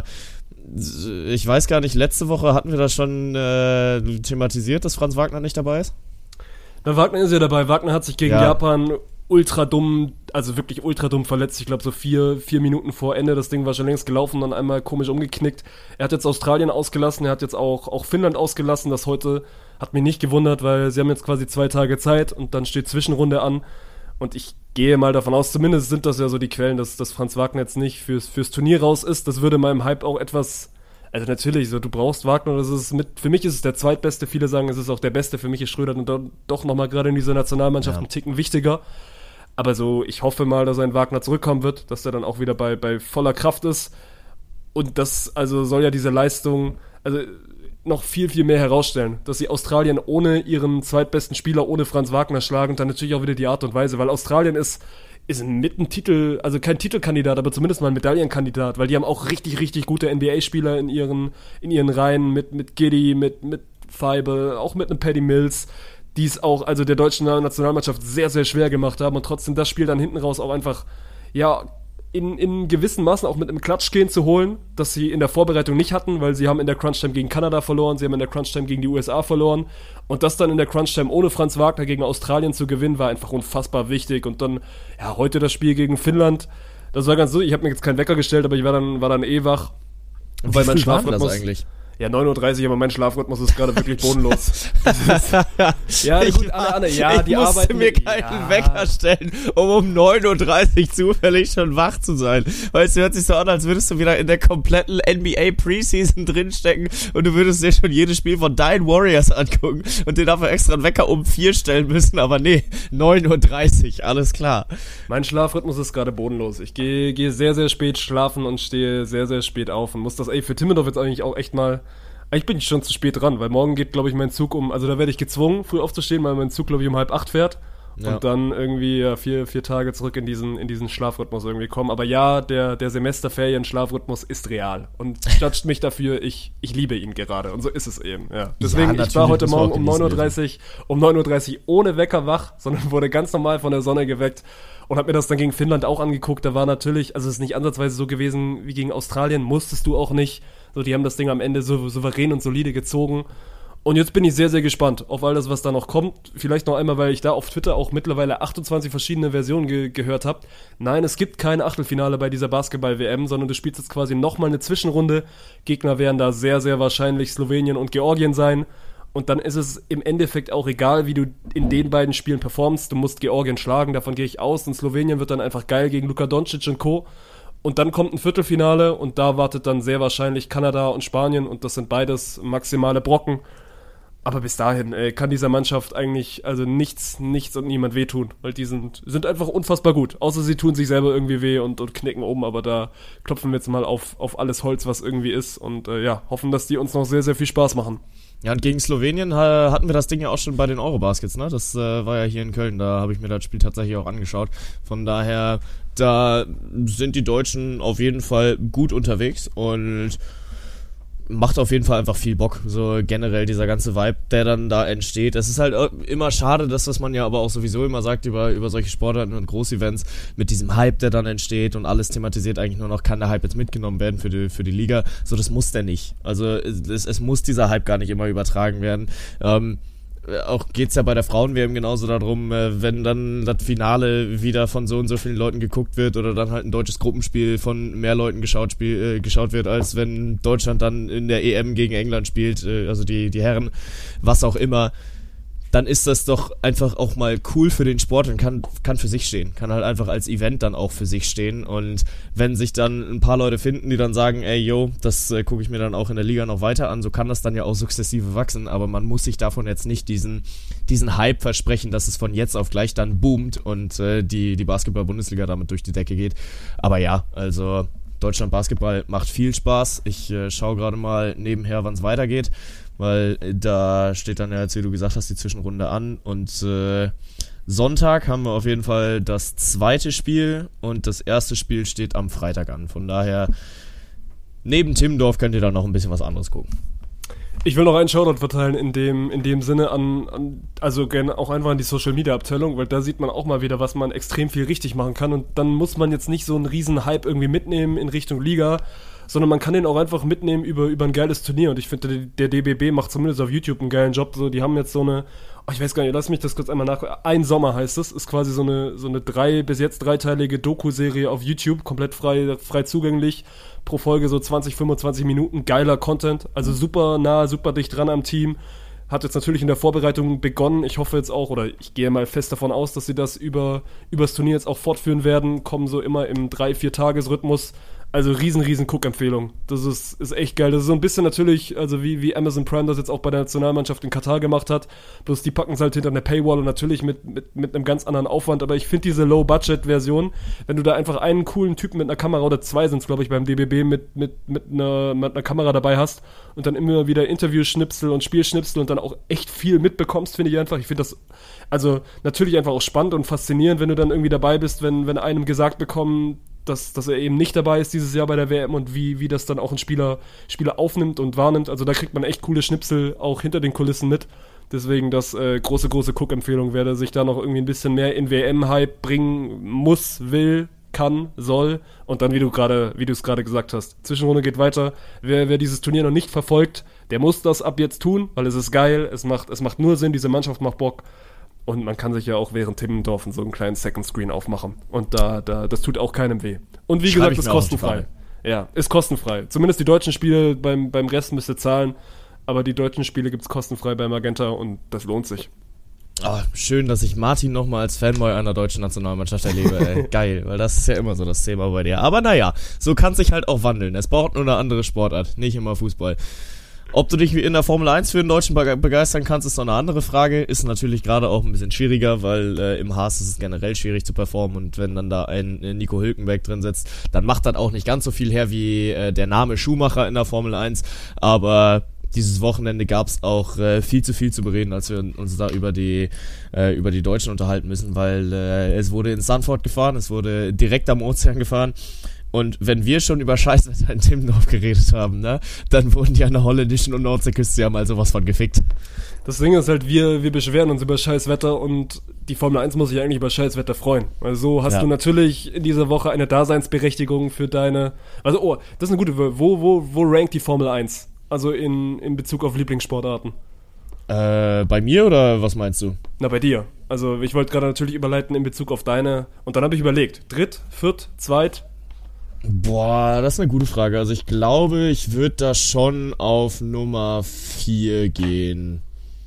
ich weiß gar nicht, letzte Woche hatten wir das schon thematisiert, dass Franz Wagner nicht dabei ist? Na, Wagner ist ja dabei. Wagner hat sich gegen Japan ultra dumm, also wirklich ultra dumm verletzt. Ich glaube so 4 Minuten vor Ende, das Ding war schon längst gelaufen, dann einmal komisch umgeknickt. Er hat jetzt Australien ausgelassen, er hat jetzt auch Finnland ausgelassen, das heute hat mich nicht gewundert, weil sie haben jetzt quasi 2 Tage Zeit und dann steht Zwischenrunde an. Und ich gehe mal davon aus, zumindest sind das ja so die Quellen, dass Franz Wagner jetzt nicht fürs Turnier raus ist. Das würde meinem Hype auch etwas Also natürlich, so du brauchst Wagner, für mich ist es der zweitbeste, viele sagen, es ist auch der beste, für mich ist Schröder und dann doch nochmal gerade in dieser Nationalmannschaft einen Ticken wichtiger. Aber so, ich hoffe mal, dass ein Wagner zurückkommen wird, dass der dann auch wieder bei voller Kraft ist. Und das, also soll ja diese Leistung, also noch viel, viel mehr herausstellen, dass sie Australien ohne ihren zweitbesten Spieler, ohne Franz Wagner schlagen und dann natürlich auch wieder die Art und Weise, weil Australien ist mit einem Titel, also kein Titelkandidat, aber zumindest mal ein Medaillenkandidat, weil die haben auch richtig, richtig gute NBA-Spieler in ihren Reihen, mit Giddey, mit Feibel, auch mit einem Paddy Mills, die es auch, also der deutschen Nationalmannschaft sehr, sehr schwer gemacht haben und trotzdem das Spiel dann hinten raus auch einfach, ja, in gewissen Maßen auch mit einem Klatschgehen zu holen, das sie in der Vorbereitung nicht hatten, weil sie haben in der Crunch-Time gegen Kanada verloren, sie haben in der Crunch-Time gegen die USA verloren und das dann in der Crunch-Time ohne Franz Wagner gegen Australien zu gewinnen, war einfach unfassbar wichtig und dann, ja, heute das Spiel gegen Finnland, das war ganz so, ich habe mir jetzt keinen Wecker gestellt, aber ich war dann wach. Wie viel war das eigentlich? Ja, 9:30 Uhr, aber mein Schlafrhythmus ist gerade wirklich bodenlos. Ja, ich musste mir keinen Wecker stellen, um 9:30 Uhr zufällig schon wach zu sein. Weil es hört sich so an, als würdest du wieder in der kompletten NBA Preseason drinstecken und du würdest dir schon jedes Spiel von deinen Warriors angucken und dir dafür extra einen Wecker um 4 stellen müssen. Aber nee, 9:30 Uhr, alles klar. Mein Schlafrhythmus ist gerade bodenlos. Ich gehe sehr, sehr spät schlafen und stehe sehr, sehr spät auf und muss das, für Timmendorf jetzt eigentlich auch echt mal. Eigentlich bin ich schon zu spät dran, weil morgen geht, glaube ich, mein Zug also da werde ich gezwungen, früh aufzustehen, weil mein Zug, glaube ich, um 7:30 fährt. Ja. Und dann irgendwie 4 Tage zurück in diesen Schlafrhythmus irgendwie kommen. Aber ja, der Semesterferien-Schlafrhythmus ist real. Und judgt mich dafür, ich liebe ihn gerade. Und so ist es eben, ja. Deswegen, ich war heute Morgen um 9:30 Uhr ohne Wecker wach, sondern wurde ganz normal von der Sonne geweckt. Und hab mir das dann gegen Finnland auch angeguckt. Da war natürlich, also es ist nicht ansatzweise so gewesen wie gegen Australien, musstest du auch nicht. So, die haben das Ding am Ende so souverän und solide gezogen. Und jetzt bin ich sehr, sehr gespannt auf all das, was da noch kommt. Vielleicht noch einmal, weil ich da auf Twitter auch mittlerweile 28 verschiedene Versionen gehört habe. Nein, es gibt kein Achtelfinale bei dieser Basketball-WM, sondern du spielst jetzt quasi nochmal eine Zwischenrunde. Gegner werden da sehr, sehr wahrscheinlich Slowenien und Georgien sein. Und dann ist es im Endeffekt auch egal, wie du in den beiden Spielen performst. Du musst Georgien schlagen, davon gehe ich aus. Und Slowenien wird dann einfach geil gegen Luka Doncic und Co. Und dann kommt ein Viertelfinale und da wartet dann sehr wahrscheinlich Kanada und Spanien. Und das sind beides maximale Brocken. Aber bis dahin kann dieser Mannschaft eigentlich also nichts und niemand wehtun. Weil die sind einfach unfassbar gut. Außer sie tun sich selber irgendwie weh und knicken um. Aber da klopfen wir jetzt mal auf alles Holz, was irgendwie ist. Und hoffen, dass die uns noch sehr, sehr viel Spaß machen. Ja, und gegen Slowenien hatten wir das Ding ja auch schon bei den Eurobaskets, ne? Das war ja hier in Köln, da habe ich mir das Spiel tatsächlich auch angeschaut. Von daher, da sind die Deutschen auf jeden Fall gut unterwegs und macht auf jeden Fall einfach viel Bock, so generell dieser ganze Vibe, der dann da entsteht. Es ist halt immer schade, dass was man ja aber auch sowieso immer sagt über solche Sportarten und Großevents, mit diesem Hype, der dann entsteht und alles thematisiert eigentlich nur noch, kann der Hype jetzt mitgenommen werden für die Liga. So, das muss der nicht. Also es muss dieser Hype gar nicht immer übertragen werden. Auch geht's ja bei der Frauen-WM genauso darum, wenn dann das Finale wieder von so und so vielen Leuten geguckt wird oder dann halt ein deutsches Gruppenspiel von mehr Leuten geschaut wird, als wenn Deutschland dann in der EM gegen England spielt, also die Herren, was auch immer, dann ist das doch einfach auch mal cool für den Sport und kann für sich stehen, kann halt einfach als Event dann auch für sich stehen. Und wenn sich dann ein paar Leute finden, die dann sagen, ey, yo, das gucke ich mir dann auch in der Liga noch weiter an, so kann das dann ja auch sukzessive wachsen, aber man muss sich davon jetzt nicht diesen Hype versprechen, dass es von jetzt auf gleich dann boomt und die Basketball-Bundesliga damit durch die Decke geht. Aber ja, also Deutschland Basketball macht viel Spaß. Ich schaue gerade mal nebenher, wann es weitergeht, weil da steht dann ja jetzt, wie du gesagt hast, die Zwischenrunde an und Sonntag haben wir auf jeden Fall das zweite Spiel und das erste Spiel steht am Freitag an. Von daher, neben Timmendorf könnt ihr da noch ein bisschen was anderes gucken. Ich will noch einen Shoutout verteilen in dem Sinne also gerne auch einfach an die Social-Media-Abteilung, weil da sieht man auch mal wieder, was man extrem viel richtig machen kann und dann muss man jetzt nicht so einen riesen Hype irgendwie mitnehmen in Richtung Liga, sondern man kann den auch einfach mitnehmen über ein geiles Turnier und ich finde, der DBB macht zumindest auf YouTube einen geilen Job, so, die haben jetzt so eine, ich weiß gar nicht, lass mich das kurz einmal nachgucken, Ein Sommer heißt es, ist quasi so eine bis jetzt dreiteilige Doku-Serie auf YouTube, komplett frei zugänglich, pro Folge so 20-25 Minuten, geiler Content, also super nah, super dicht dran am Team, hat jetzt natürlich in der Vorbereitung begonnen, ich hoffe jetzt auch, oder ich gehe mal fest davon aus, dass sie das übers Turnier jetzt auch fortführen werden, kommen so immer im 3-4 Tages-Rhythmus Also riesen Guck-Empfehlung. Das ist echt geil. Das ist so ein bisschen natürlich, also wie Amazon Prime das jetzt auch bei der Nationalmannschaft in Katar gemacht hat. Bloß die packen es halt hinter einer Paywall und natürlich mit einem ganz anderen Aufwand. Aber ich finde diese Low-Budget-Version, wenn du da einfach einen coolen Typen mit einer Kamera oder zwei sind es, glaube ich, beim DBB mit einer Kamera dabei hast und dann immer wieder Interviewschnipsel und Spielschnipsel und dann auch echt viel mitbekommst, finde ich einfach. Ich finde das also natürlich einfach auch spannend und faszinierend, wenn du dann irgendwie dabei bist, wenn einem gesagt bekommen, dass er eben nicht dabei ist dieses Jahr bei der WM und wie das dann auch ein Spieler aufnimmt und wahrnimmt. Also da kriegt man echt coole Schnipsel auch hinter den Kulissen mit. Deswegen das große Guck-Empfehlung, wer sich da noch irgendwie ein bisschen mehr in WM-Hype bringen muss, will, kann, soll. Und dann, wie du es gerade gesagt hast, Zwischenrunde geht weiter. Wer dieses Turnier noch nicht verfolgt, der muss das ab jetzt tun, weil es ist geil, es macht nur Sinn, diese Mannschaft macht Bock. Und man kann sich ja auch während Timmendorf so einen kleinen Second Screen aufmachen. Und das tut auch keinem weh. Und wie gesagt, ist kostenfrei. Ja, ist kostenfrei. Zumindest die deutschen Spiele, beim Rest müsst ihr zahlen. Aber die deutschen Spiele gibt's kostenfrei bei Magenta und das lohnt sich. Oh, schön, dass ich Martin nochmal als Fanboy einer deutschen Nationalmannschaft erlebe. Ey. Geil, weil das ist ja immer so das Thema bei dir. Aber naja, so kann sich halt auch wandeln. Es braucht nur eine andere Sportart, nicht immer Fußball. Ob du dich wie in der Formel 1 für den Deutschen begeistern kannst, ist noch eine andere Frage. Ist natürlich gerade auch ein bisschen schwieriger, weil im Haas ist es generell schwierig zu performen und wenn dann da ein Nico Hülkenberg drin sitzt, dann macht das auch nicht ganz so viel her wie der Name Schumacher in der Formel 1, aber dieses Wochenende gab es auch viel zu bereden, als wir uns da über die Deutschen unterhalten müssen, weil es wurde in Zandvoort gefahren, es wurde direkt am Ozean gefahren. Und wenn wir schon über Scheißwetter in Timmendorf geredet haben, ne, dann wurden die an der holländischen und Nordseeküste ja mal sowas von gefickt. Das Ding ist halt, wir beschweren uns über Scheißwetter und die Formel 1 muss sich eigentlich über Scheißwetter freuen. Weil so hast du natürlich in dieser Woche eine Daseinsberechtigung für deine... Also, das ist eine gute... Wo rankt die Formel 1? Also in Bezug auf Lieblingssportarten? Bei mir oder was meinst du? Na, bei dir. Also ich wollte gerade natürlich überleiten in Bezug auf deine... Und dann habe ich überlegt, Dritt, Viert, Zweit... Boah, das ist eine gute Frage. Also ich glaube, ich würde da schon auf Nummer 4 gehen.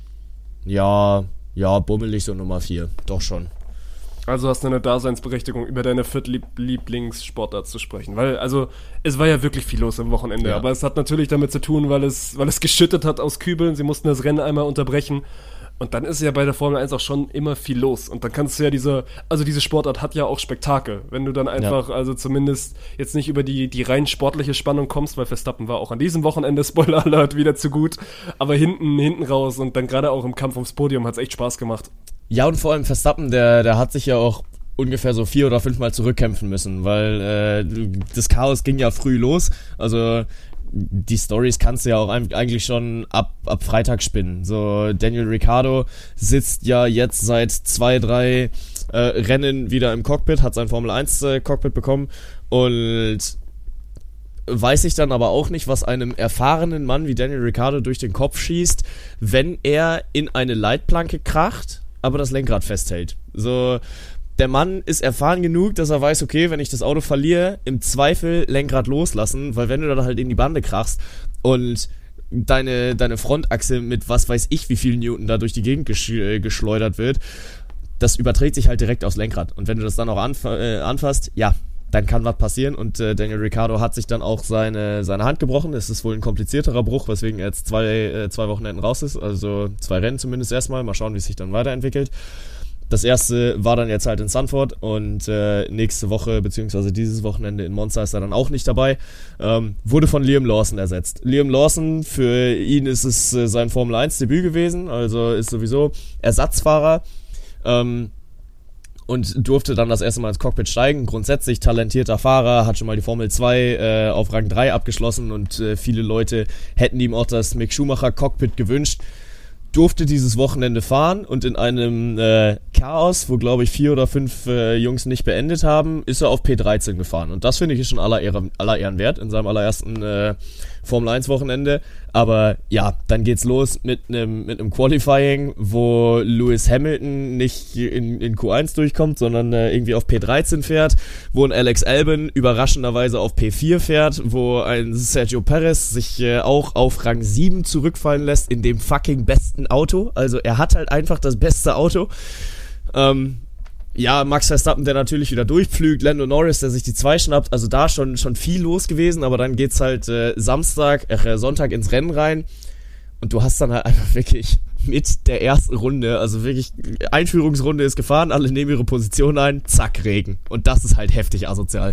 Ja, bummelig so Nummer 4. Doch schon. Also hast du eine Daseinsberechtigung, über deine Viertlieblingssportart zu sprechen. Weil, also, es war ja wirklich viel los am Wochenende. Ja. Aber es hat natürlich damit zu tun, weil es geschüttet hat aus Kübeln. Sie mussten das Rennen einmal unterbrechen. Und dann ist ja bei der Formel 1 auch schon immer viel los. Und dann kannst du ja diese Sportart hat ja auch Spektakel. Wenn du dann einfach, also zumindest jetzt nicht über die rein sportliche Spannung kommst, weil Verstappen war auch an diesem Wochenende, Spoiler Alert, wieder zu gut. Aber hinten raus und dann gerade auch im Kampf ums Podium hat's echt Spaß gemacht. Ja, und vor allem Verstappen, der hat sich ja auch ungefähr so 4 oder 5 Mal zurückkämpfen müssen, weil das Chaos ging ja früh los. Also die Storys kannst du ja auch eigentlich schon ab Freitag spinnen. So, Daniel Ricciardo sitzt ja jetzt seit 2-3 Rennen wieder im Cockpit, hat sein Formel 1 Cockpit bekommen und weiß ich dann aber auch nicht, was einem erfahrenen Mann wie Daniel Ricciardo durch den Kopf schießt, wenn er in eine Leitplanke kracht, aber das Lenkrad festhält. So, der Mann ist erfahren genug, dass er weiß, okay, wenn ich das Auto verliere, im Zweifel Lenkrad loslassen, weil wenn du dann halt in die Bande krachst und deine Frontachse mit was weiß ich wie viel Newton da durch die Gegend geschleudert wird, das überträgt sich halt direkt aufs Lenkrad. Und wenn du das dann auch anfasst, ja, dann kann was passieren und Daniel Ricciardo hat sich dann auch seine Hand gebrochen. Es ist wohl ein komplizierterer Bruch, weswegen er jetzt zwei Wochenenden raus ist, also 2 Rennen zumindest erstmal. Mal schauen, wie es sich dann weiterentwickelt. Das erste war dann jetzt halt in Zandvoort und nächste Woche, beziehungsweise dieses Wochenende in Monza ist er dann auch nicht dabei. Wurde von Liam Lawson ersetzt. Liam Lawson, für ihn ist es sein Formel 1 Debüt gewesen, also ist sowieso Ersatzfahrer und durfte dann das erste Mal ins Cockpit steigen. Grundsätzlich talentierter Fahrer, hat schon mal die Formel 2 auf Rang 3 abgeschlossen und viele Leute hätten ihm auch das Mick Schumacher Cockpit gewünscht. Durfte dieses Wochenende fahren und in einem Chaos, wo glaube ich 4 oder 5 Jungs nicht beendet haben, ist er auf P13 gefahren. Und das finde ich ist schon aller Ehren wert in seinem allerersten Formel 1 Wochenende. Aber ja, dann geht's los mit einem Qualifying, wo Lewis Hamilton nicht in Q1 durchkommt, sondern irgendwie auf P13 fährt, wo ein Alex Albon überraschenderweise auf P4 fährt, wo ein Sergio Perez sich auch auf Rang 7 zurückfallen lässt in dem fucking besten Auto. Also er hat halt einfach das beste Auto. Ja, Max Verstappen, der natürlich wieder durchpflügt, Lando Norris, der sich die 2 schnappt, also da schon viel los gewesen, aber dann geht's halt Sonntag ins Rennen rein und du hast dann halt einfach wirklich mit der ersten Runde, also wirklich Einführungsrunde ist gefahren, alle nehmen ihre Position ein, zack, Regen. Und das ist halt heftig asozial.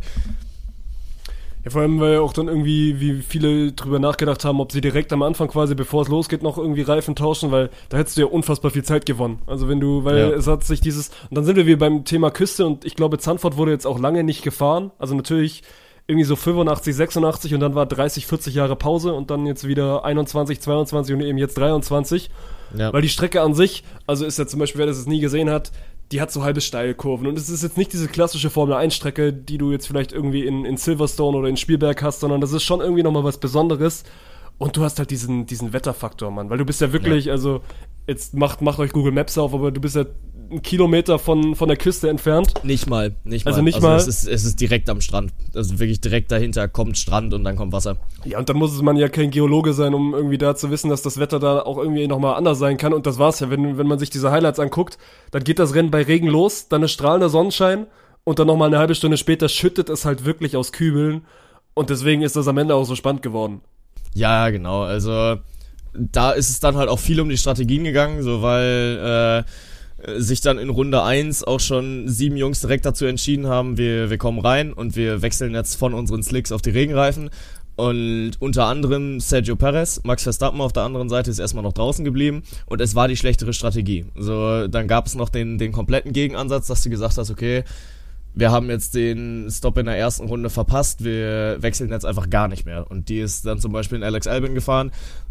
Ja, vor allem, weil auch dann irgendwie, wie viele drüber nachgedacht haben, ob sie direkt am Anfang quasi, bevor es losgeht, noch irgendwie Reifen tauschen, weil da hättest du ja unfassbar viel Zeit gewonnen. Also es hat sich und dann sind wir wieder beim Thema Küste und ich glaube, Zandvoort wurde jetzt auch lange nicht gefahren. Also natürlich irgendwie so 85, 86 und dann war 30, 40 Jahre Pause und dann jetzt wieder 21, 22 und eben jetzt 23. Ja. Weil die Strecke an sich, also ist ja zum Beispiel, wer das jetzt nie gesehen hat, die hat so halbe Steilkurven und es ist jetzt nicht diese klassische Formel-1-Strecke, die du jetzt vielleicht irgendwie in Silverstone oder in Spielberg hast, sondern das ist schon irgendwie nochmal was Besonderes und du hast halt diesen Wetterfaktor, Mann, weil du bist ja wirklich, also jetzt macht euch Google Maps auf, aber du bist ja 1 Kilometer von der Küste entfernt. Nicht mal. Also es ist direkt am Strand. Also wirklich direkt dahinter kommt Strand und dann kommt Wasser. Ja, und dann muss man ja kein Geologe sein, um irgendwie da zu wissen, dass das Wetter da auch irgendwie nochmal anders sein kann. Und das war's ja, wenn man sich diese Highlights anguckt, dann geht das Rennen bei Regen los, dann ist strahlender Sonnenschein und dann nochmal eine halbe Stunde später schüttet es halt wirklich aus Kübeln. Und deswegen ist das am Ende auch so spannend geworden. Ja, genau. Also da ist es dann halt auch viel um die Strategien gegangen, so weil sich dann in Runde 1 auch schon 7 Jungs direkt dazu entschieden haben, wir kommen rein und wir wechseln jetzt von unseren Slicks auf die Regenreifen. Und unter anderem Sergio Perez, Max Verstappen auf der anderen Seite ist erstmal noch draußen geblieben und es war die schlechtere Strategie. So, dann gab es noch den kompletten Gegenansatz, dass du gesagt hast, okay, wir haben jetzt den Stop in der ersten Runde verpasst, wir wechseln jetzt einfach gar nicht mehr. Und die ist dann zum Beispiel in Alex Albon gefahren,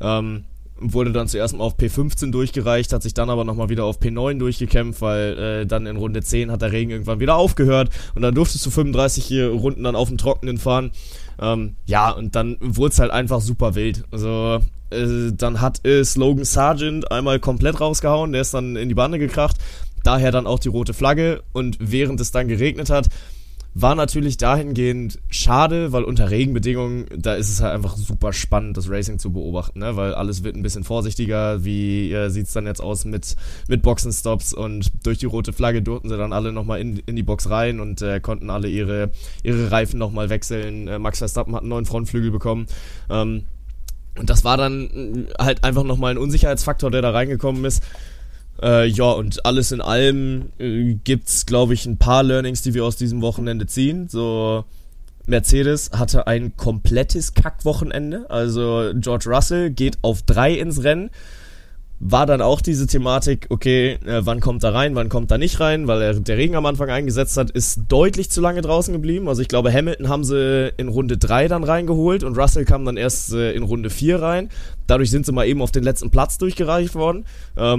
wurde dann zuerst mal auf P15 durchgereicht, hat sich dann aber nochmal wieder auf P9 durchgekämpft, weil dann in Runde 10 hat der Regen irgendwann wieder aufgehört und dann durftest du 35 Runden dann auf dem Trockenen fahren. Ja, und dann wurde es halt einfach super wild. Also dann hat Logan Sargent einmal komplett rausgehauen, der ist dann in die Bande gekracht, daher dann auch die rote Flagge und während es dann geregnet hat, war natürlich dahingehend schade, weil unter Regenbedingungen, da ist es halt einfach super spannend, das Racing zu beobachten, ne? Weil alles wird ein bisschen vorsichtiger, wie sieht's dann jetzt aus mit Boxenstops und durch die rote Flagge durften sie dann alle nochmal in die Box rein und konnten alle ihre Reifen nochmal wechseln. Max Verstappen hat einen neuen Frontflügel bekommen. Und das war dann halt einfach nochmal ein Unsicherheitsfaktor, der da reingekommen ist. Ja, und alles in allem gibt's, glaube ich, ein paar Learnings, die wir aus diesem Wochenende ziehen. So, Mercedes hatte ein komplettes Kackwochenende. Also George Russell geht auf 3 ins Rennen. War dann auch diese Thematik, okay, wann kommt er rein, wann kommt er nicht rein, weil der Regen am Anfang eingesetzt hat, ist deutlich zu lange draußen geblieben. Also ich glaube, Hamilton haben sie in Runde 3 dann reingeholt und Russell kam dann erst in Runde 4 rein. Dadurch sind sie mal eben auf den letzten Platz durchgereicht worden.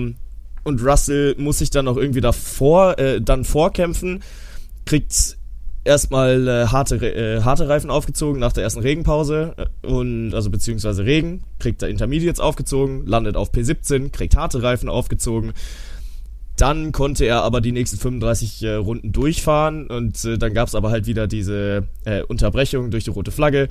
Und Russell muss sich dann noch irgendwie dann vorkämpfen, kriegt erstmal harte Reifen aufgezogen nach der ersten Regenpause beziehungsweise Regen, kriegt da Intermediates aufgezogen, landet auf P17, kriegt harte Reifen aufgezogen. Dann konnte er aber die nächsten 35 Runden durchfahren und dann gab es aber halt wieder diese Unterbrechung durch die rote Flagge.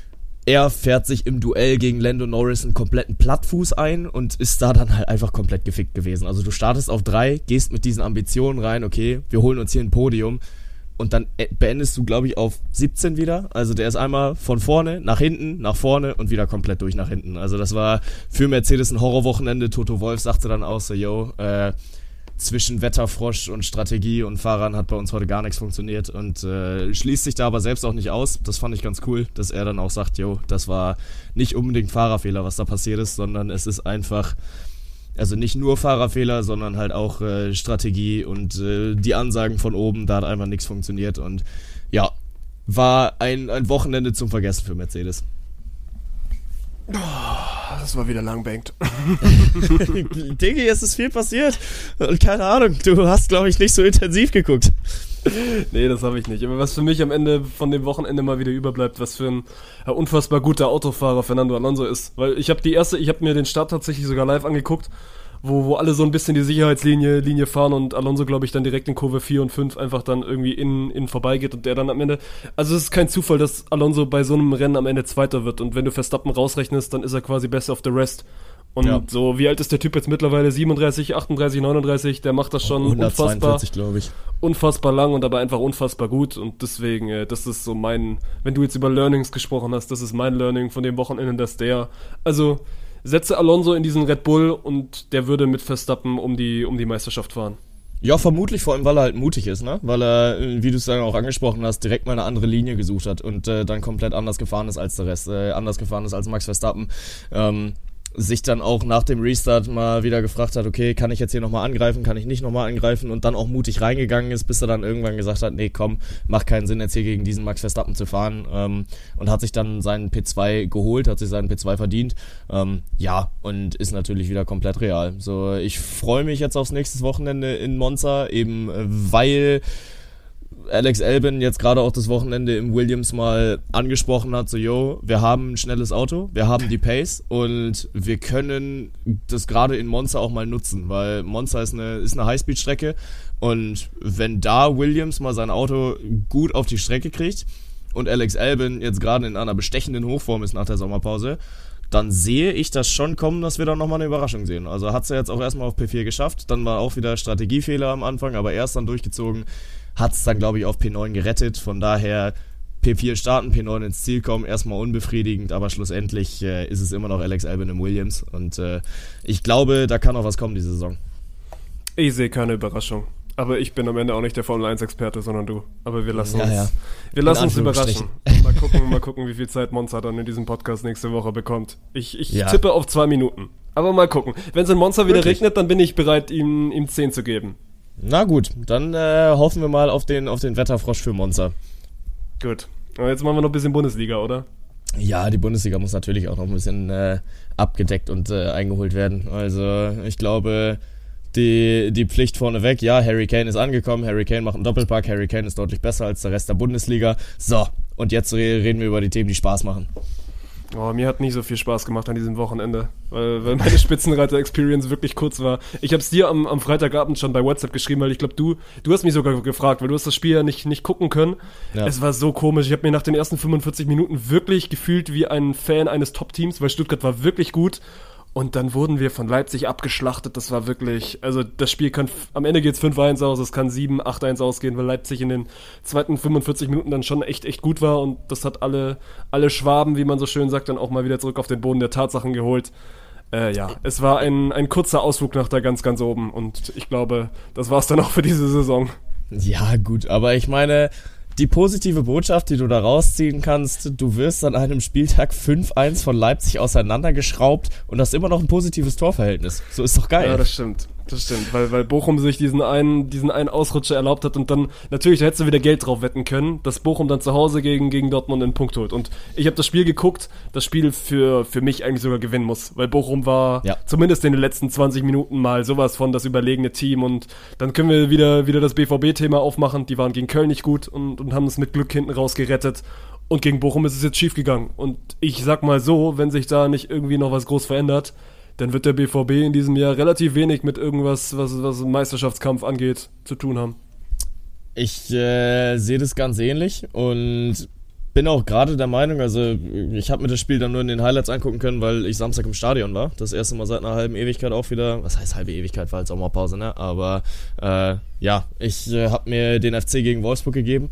Er fährt sich im Duell gegen Lando Norris einen kompletten Plattfuß ein und ist da dann halt einfach komplett gefickt gewesen. Also du startest auf 3, gehst mit diesen Ambitionen rein, okay, wir holen uns hier ein Podium und dann beendest du, glaube ich, auf 17 wieder. Also der ist einmal von vorne, nach hinten, nach vorne und wieder komplett durch nach hinten. Also das war für Mercedes ein Horrorwochenende. Toto Wolff sagte dann auch so, zwischen Wetterfrosch und Strategie und Fahrern hat bei uns heute gar nichts funktioniert und schließt sich da aber selbst auch nicht aus. Das fand ich ganz cool, dass er dann auch sagt, das war nicht unbedingt Fahrerfehler, was da passiert ist, sondern es ist einfach, also nicht nur Fahrerfehler, sondern halt auch Strategie und die Ansagen von oben, da hat einfach nichts funktioniert und ja, war ein Wochenende zum Vergessen für Mercedes. Das war wieder langbankt. Diggi, es ist viel passiert. Und keine Ahnung, du hast, glaube ich, nicht so intensiv geguckt. Nee, das habe ich nicht. Aber was für mich am Ende von dem Wochenende mal wieder überbleibt, was für ein unfassbar guter Autofahrer Fernando Alonso ist. Weil ich habe mir den Start tatsächlich sogar live angeguckt, wo alle so ein bisschen die Sicherheitslinie fahren und Alonso, glaube ich, dann direkt in Kurve 4 und 5 einfach dann irgendwie innen vorbeigeht und der dann am Ende, also es ist kein Zufall, dass Alonso bei so einem Rennen am Ende Zweiter wird und wenn du Verstappen rausrechnest, dann ist er quasi best of the rest Und so, wie alt ist der Typ jetzt mittlerweile? 37, 38, 39, der macht das schon 142, glaube ich. Unfassbar lang und aber einfach unfassbar gut. Und deswegen, das ist so wenn du jetzt über Learnings gesprochen hast, das ist mein Learning von dem Wochenende, dass also setze Alonso in diesen Red Bull und der würde mit Verstappen um die Meisterschaft fahren. Ja, vermutlich, vor allem, weil er halt mutig ist, ne? Weil er, wie du es dann auch angesprochen hast, direkt mal eine andere Linie gesucht hat und dann komplett anders gefahren ist als der Rest, anders gefahren ist als Max Verstappen. Sich dann auch nach dem Restart mal wieder gefragt hat, okay, kann ich jetzt hier nochmal angreifen, kann ich nicht nochmal angreifen, und dann auch mutig reingegangen ist, bis er dann irgendwann gesagt hat, nee, komm, macht keinen Sinn, jetzt hier gegen diesen Max Verstappen zu fahren, und hat sich dann seinen P2 geholt, hat sich seinen P2 verdient, und ist natürlich wieder komplett real. So, ich freue mich jetzt aufs nächste Wochenende in Monza, eben weil Alex Albon jetzt gerade auch das Wochenende im Williams mal angesprochen hat, so, wir haben ein schnelles Auto, wir haben die Pace und wir können das gerade in Monza auch mal nutzen, weil Monza ist eine Highspeed-Strecke, und wenn da Williams mal sein Auto gut auf die Strecke kriegt und Alex Albon jetzt gerade in einer bestechenden Hochform ist nach der Sommerpause, dann sehe ich das schon kommen, dass wir da nochmal eine Überraschung sehen. Also hat es ja jetzt auch erstmal auf P4 geschafft, dann war auch wieder Strategiefehler am Anfang, aber erst dann durchgezogen, hat es dann, glaube ich, auf P9 gerettet. Von daher P4 starten, P9 ins Ziel kommen, erstmal unbefriedigend, aber schlussendlich ist es immer noch Alex Albon im Williams, und ich glaube, da kann auch was kommen diese Saison. Ich sehe keine Überraschung. Aber ich bin am Ende auch nicht der Formel-1-Experte, sondern du. Aber wir lassen uns überraschen. Mal gucken, wie viel Zeit Monza dann in diesem Podcast nächste Woche bekommt. Ich tippe auf 2 Minuten. Aber mal gucken. Wenn es in Monza wieder regnet, dann bin ich bereit, ihm 10 zu geben. Na gut, dann hoffen wir mal auf den Wetterfrosch für Monza. Gut. Aber jetzt machen wir noch ein bisschen Bundesliga, oder? Ja, die Bundesliga muss natürlich auch noch ein bisschen abgedeckt und eingeholt werden. Also ich glaube, die Pflicht vorneweg, ja, Harry Kane ist angekommen, Harry Kane macht einen Doppelpack, Harry Kane ist deutlich besser als der Rest der Bundesliga. So, und jetzt reden wir über die Themen, die Spaß machen. Oh, mir hat nicht so viel Spaß gemacht an diesem Wochenende, weil meine Spitzenreiter-Experience wirklich kurz war. Ich habe es dir am Freitagabend schon bei WhatsApp geschrieben, weil ich glaube, du hast mich sogar gefragt, weil du hast das Spiel ja nicht gucken können. Ja. Es war so komisch. Ich habe mir nach den ersten 45 Minuten wirklich gefühlt wie ein Fan eines Top-Teams, weil Stuttgart war wirklich gut. Und dann wurden wir von Leipzig abgeschlachtet. Das war wirklich, also das Spiel kann, am Ende geht's 5-1 aus, es kann 7-8-1 ausgehen, weil Leipzig in den zweiten 45 Minuten dann schon echt gut war, und das hat alle Schwaben, wie man so schön sagt, dann auch mal wieder zurück auf den Boden der Tatsachen geholt. Es war ein kurzer Ausflug nach da ganz, ganz oben, und ich glaube, das war's dann auch für diese Saison. Ja, gut, aber ich meine, die positive Botschaft, die du da rausziehen kannst, du wirst an einem Spieltag 5-1 von Leipzig auseinandergeschraubt und hast immer noch ein positives Torverhältnis. So ist doch geil. Ja, das stimmt, weil Bochum sich diesen einen Ausrutscher erlaubt hat, und dann, natürlich, da hättest du wieder Geld drauf wetten können, dass Bochum dann zu Hause gegen Dortmund einen Punkt holt. Und ich habe das Spiel geguckt, das Spiel für mich eigentlich sogar gewinnen muss, weil Bochum war zumindest in den letzten 20 Minuten mal sowas von das überlegene Team, und dann können wir wieder das BVB-Thema aufmachen. Die waren gegen Köln nicht gut und haben es mit Glück hinten raus gerettet. Und gegen Bochum ist es jetzt schief gegangen. Und ich sag mal so, wenn sich da nicht irgendwie noch was groß verändert, dann wird der BVB in diesem Jahr relativ wenig mit irgendwas, was Meisterschaftskampf angeht, zu tun haben. Ich sehe das ganz ähnlich und bin auch gerade der Meinung, also ich habe mir das Spiel dann nur in den Highlights angucken können, weil ich Samstag im Stadion war. Das erste Mal seit einer halben Ewigkeit auch wieder. Was heißt halbe Ewigkeit, war halt Sommerpause, ne? Aber ich habe mir den FC gegen Wolfsburg gegeben.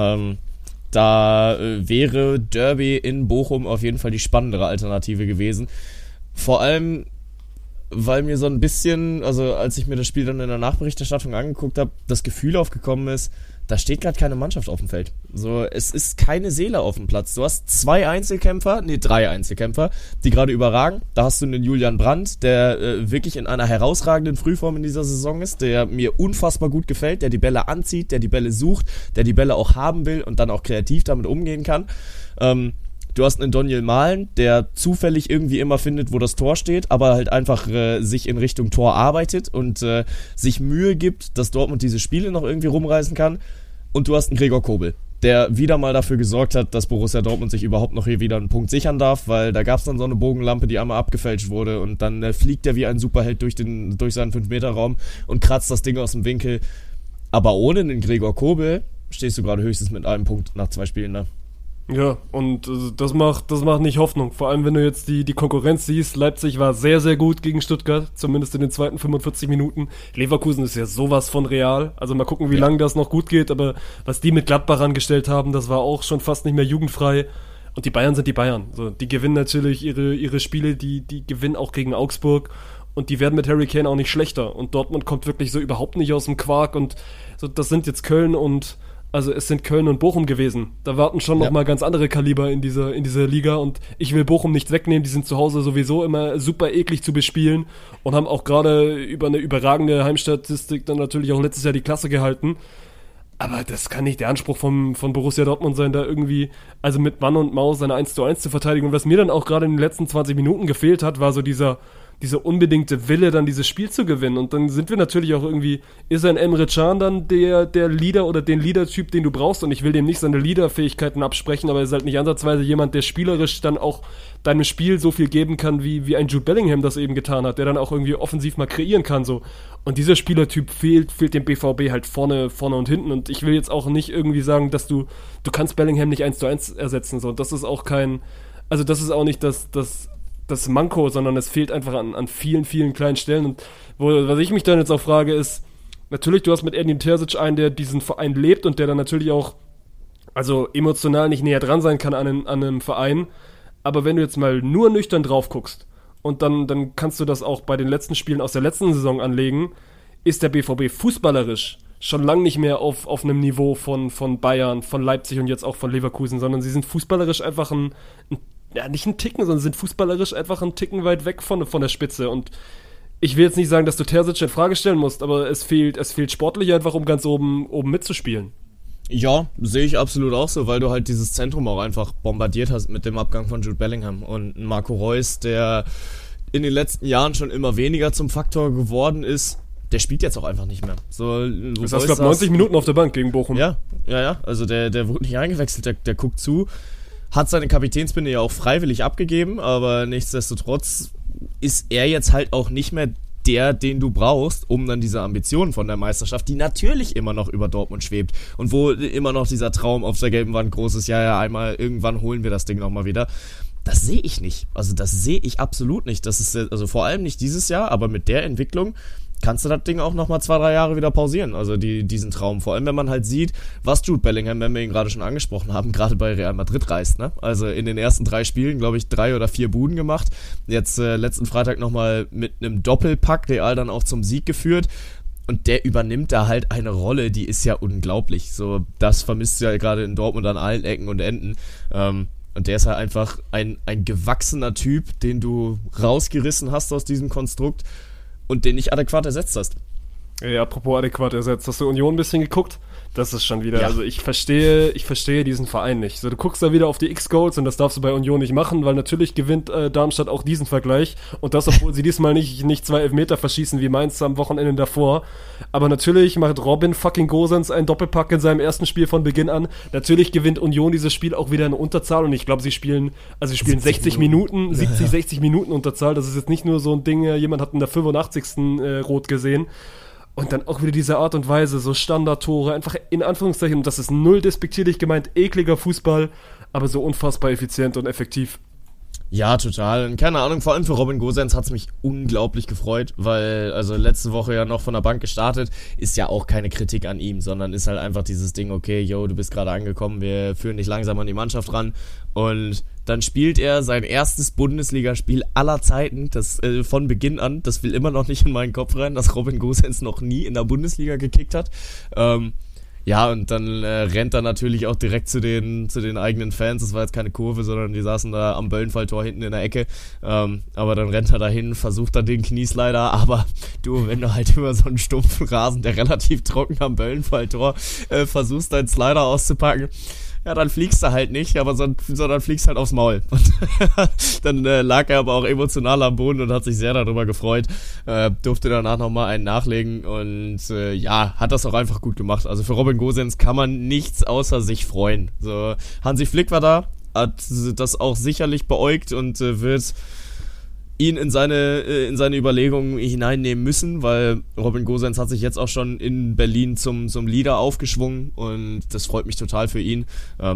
Da wäre Derby in Bochum auf jeden Fall die spannendere Alternative gewesen. Vor allem, weil mir so ein bisschen, also als ich mir das Spiel dann in der Nachberichterstattung angeguckt habe, das Gefühl aufgekommen ist, da steht gerade keine Mannschaft auf dem Feld. So, es ist keine Seele auf dem Platz. Du hast 3 Einzelkämpfer, die gerade überragen. Da hast du einen Julian Brandt, der wirklich in einer herausragenden Frühform in dieser Saison ist, der mir unfassbar gut gefällt, der die Bälle anzieht, der die Bälle sucht, der die Bälle auch haben will und dann auch kreativ damit umgehen kann. Du hast einen Daniel Mahlen, der zufällig irgendwie immer findet, wo das Tor steht, aber halt einfach sich in Richtung Tor arbeitet und sich Mühe gibt, dass Dortmund diese Spiele noch irgendwie rumreißen kann. Und du hast einen Gregor Kobel, der wieder mal dafür gesorgt hat, dass Borussia Dortmund sich überhaupt noch hier wieder einen Punkt sichern darf, weil da gab es dann so eine Bogenlampe, die einmal abgefälscht wurde, und dann fliegt er wie ein Superheld durch seinen 5-Meter-Raum und kratzt das Ding aus dem Winkel. Aber ohne den Gregor Kobel stehst du gerade höchstens mit einem Punkt nach 2 Spielen da. Ja, und das macht nicht Hoffnung. Vor allem, wenn du jetzt die Konkurrenz siehst. Leipzig war sehr, sehr gut gegen Stuttgart, zumindest in den zweiten 45 Minuten. Leverkusen ist ja sowas von real. Also mal gucken, wie lange das noch gut geht. Aber was die mit Gladbach angestellt haben, das war auch schon fast nicht mehr jugendfrei. Und die Bayern sind die Bayern. So, die gewinnen natürlich ihre Spiele, die gewinnen auch gegen Augsburg. Und die werden mit Harry Kane auch nicht schlechter. Und Dortmund kommt wirklich so überhaupt nicht aus dem Quark. Und so, das sind jetzt Also es sind Köln und Bochum gewesen. Da warten schon nochmal ganz andere Kaliber in dieser Liga. Und ich will Bochum nicht wegnehmen. Die sind zu Hause sowieso immer super eklig zu bespielen. Und haben auch gerade über eine überragende Heimstatistik dann natürlich auch letztes Jahr die Klasse gehalten. Aber das kann nicht der Anspruch von Borussia Dortmund sein, da irgendwie, also mit Mann und Maus seine 1:1 zu verteidigen. Und was mir dann auch gerade in den letzten 20 Minuten gefehlt hat, war so dieser unbedingte Wille, dann dieses Spiel zu gewinnen. Und dann sind wir natürlich auch irgendwie, ist ein Emre Can dann der Leader oder den Leader-Typ, den du brauchst? Und ich will dem nicht seine Leader-Fähigkeiten absprechen, aber er ist halt nicht ansatzweise jemand, der spielerisch dann auch deinem Spiel so viel geben kann, wie ein Jude Bellingham das eben getan hat, der dann auch irgendwie offensiv mal kreieren kann, so. Und dieser Spielertyp fehlt dem BVB halt vorne und hinten. Und ich will jetzt auch nicht irgendwie sagen, dass du kannst Bellingham nicht 1:1 ersetzen, so. Das ist auch das ist auch nicht das Manko, sondern es fehlt einfach an vielen, vielen kleinen Stellen. Und was ich mich dann jetzt auch frage, ist, natürlich, du hast mit Edin Terzic einen, der diesen Verein lebt und der dann natürlich auch, also emotional nicht näher dran sein kann an einem Verein. Aber wenn du jetzt mal nur nüchtern drauf guckst und dann kannst du das auch bei den letzten Spielen aus der letzten Saison anlegen, ist der BVB fußballerisch schon lang nicht mehr auf einem Niveau von Bayern, von Leipzig und jetzt auch von Leverkusen, sondern sie sind fußballerisch einfach nicht ein Ticken, sondern sind fußballerisch einfach einen Ticken weit weg von der Spitze. Und ich will jetzt nicht sagen, dass du Terzic in Frage stellen musst, aber es fehlt sportlich einfach, um ganz oben mitzuspielen. Ja, sehe ich absolut auch so, weil du halt dieses Zentrum auch einfach bombardiert hast mit dem Abgang von Jude Bellingham und Marco Reus, der in den letzten Jahren schon immer weniger zum Faktor geworden ist, der spielt jetzt auch einfach nicht mehr. So, das heißt, ich glaube, 90 Minuten auf der Bank gegen Bochum. Ja, also der wurde nicht eingewechselt, der guckt zu, hat seine Kapitänsbinde ja auch freiwillig abgegeben, aber nichtsdestotrotz ist er jetzt halt auch nicht mehr den du brauchst, um dann diese Ambitionen von der Meisterschaft, die natürlich immer noch über Dortmund schwebt und wo immer noch dieser Traum auf der gelben Wand groß ist, ja, einmal, irgendwann holen wir das Ding nochmal wieder. Das sehe ich nicht. Also das sehe ich absolut nicht. Das ist, also vor allem nicht dieses Jahr, aber mit der Entwicklung kannst du das Ding auch nochmal 2-3 Jahre wieder pausieren, also diesen Traum. Vor allem, wenn man halt sieht, was Jude Bellingham, wenn wir ihn gerade schon angesprochen haben, gerade bei Real Madrid reißt, ne? Also in den ersten 3 Spielen, glaube ich, 3 oder 4 Buden gemacht. Jetzt letzten Freitag nochmal mit einem Doppelpack Real dann auch zum Sieg geführt. Und der übernimmt da halt eine Rolle, die ist ja unglaublich. So, das vermisst du ja gerade in Dortmund an allen Ecken und Enden. Und der ist halt einfach ein gewachsener Typ, den du rausgerissen hast aus diesem Konstrukt und den nicht adäquat ersetzt hast. Ja, apropos adäquat ersetzt. Hast du Union ein bisschen geguckt? Das ist schon wieder, also ich verstehe diesen Verein nicht. So, du guckst da wieder auf die X-Goals und das darfst du bei Union nicht machen, weil natürlich gewinnt Darmstadt auch diesen Vergleich und das, obwohl sie diesmal nicht 2 Elfmeter verschießen wie Mainz am Wochenende davor. Aber natürlich macht Robin fucking Gosens einen Doppelpack in seinem ersten Spiel von Beginn an. Natürlich gewinnt Union dieses Spiel auch wieder in Unterzahl und ich glaube, sie spielen 60 Minuten, 60 Minuten Unterzahl. Das ist jetzt nicht nur so ein Ding, jemand hat in der 85. Rot gesehen. Und dann auch wieder diese Art und Weise, so Standardtore, einfach in Anführungszeichen, und das ist null despektierlich gemeint, ekliger Fußball, aber so unfassbar effizient und effektiv. Ja, total. Und keine Ahnung, vor allem für Robin Gosens hat's mich unglaublich gefreut, weil, also letzte Woche ja noch von der Bank gestartet, ist ja auch keine Kritik an ihm, sondern ist halt einfach dieses Ding, okay, yo, du bist gerade angekommen, wir führen dich langsam an die Mannschaft ran und dann spielt er sein erstes Bundesligaspiel aller Zeiten, das von Beginn an, das will immer noch nicht in meinen Kopf rein, dass Robin Gosens noch nie in der Bundesliga gekickt hat. Ja, und dann rennt er natürlich auch direkt zu den eigenen Fans. Das war jetzt keine Kurve, sondern die saßen da am Böllenfalltor hinten in der Ecke. Aber dann rennt er dahin, versucht dann den Knieslider. Aber du, wenn du halt über so einen stumpfen Rasen, der relativ trocken am Böllenfalltor, versuchst deinen Slider auszupacken, ja, dann fliegst du halt nicht, aber sondern fliegst halt aufs Maul. Und dann lag er aber auch emotional am Boden und hat sich sehr darüber gefreut. Durfte danach nochmal einen nachlegen und hat das auch einfach gut gemacht. Also für Robin Gosens kann man nichts außer sich freuen. So, Hansi Flick war da, hat das auch sicherlich beäugt und wird ihn in seine Überlegungen hineinnehmen müssen, weil Robin Gosens hat sich jetzt auch schon in Berlin zum Leader aufgeschwungen und das freut mich total für ihn.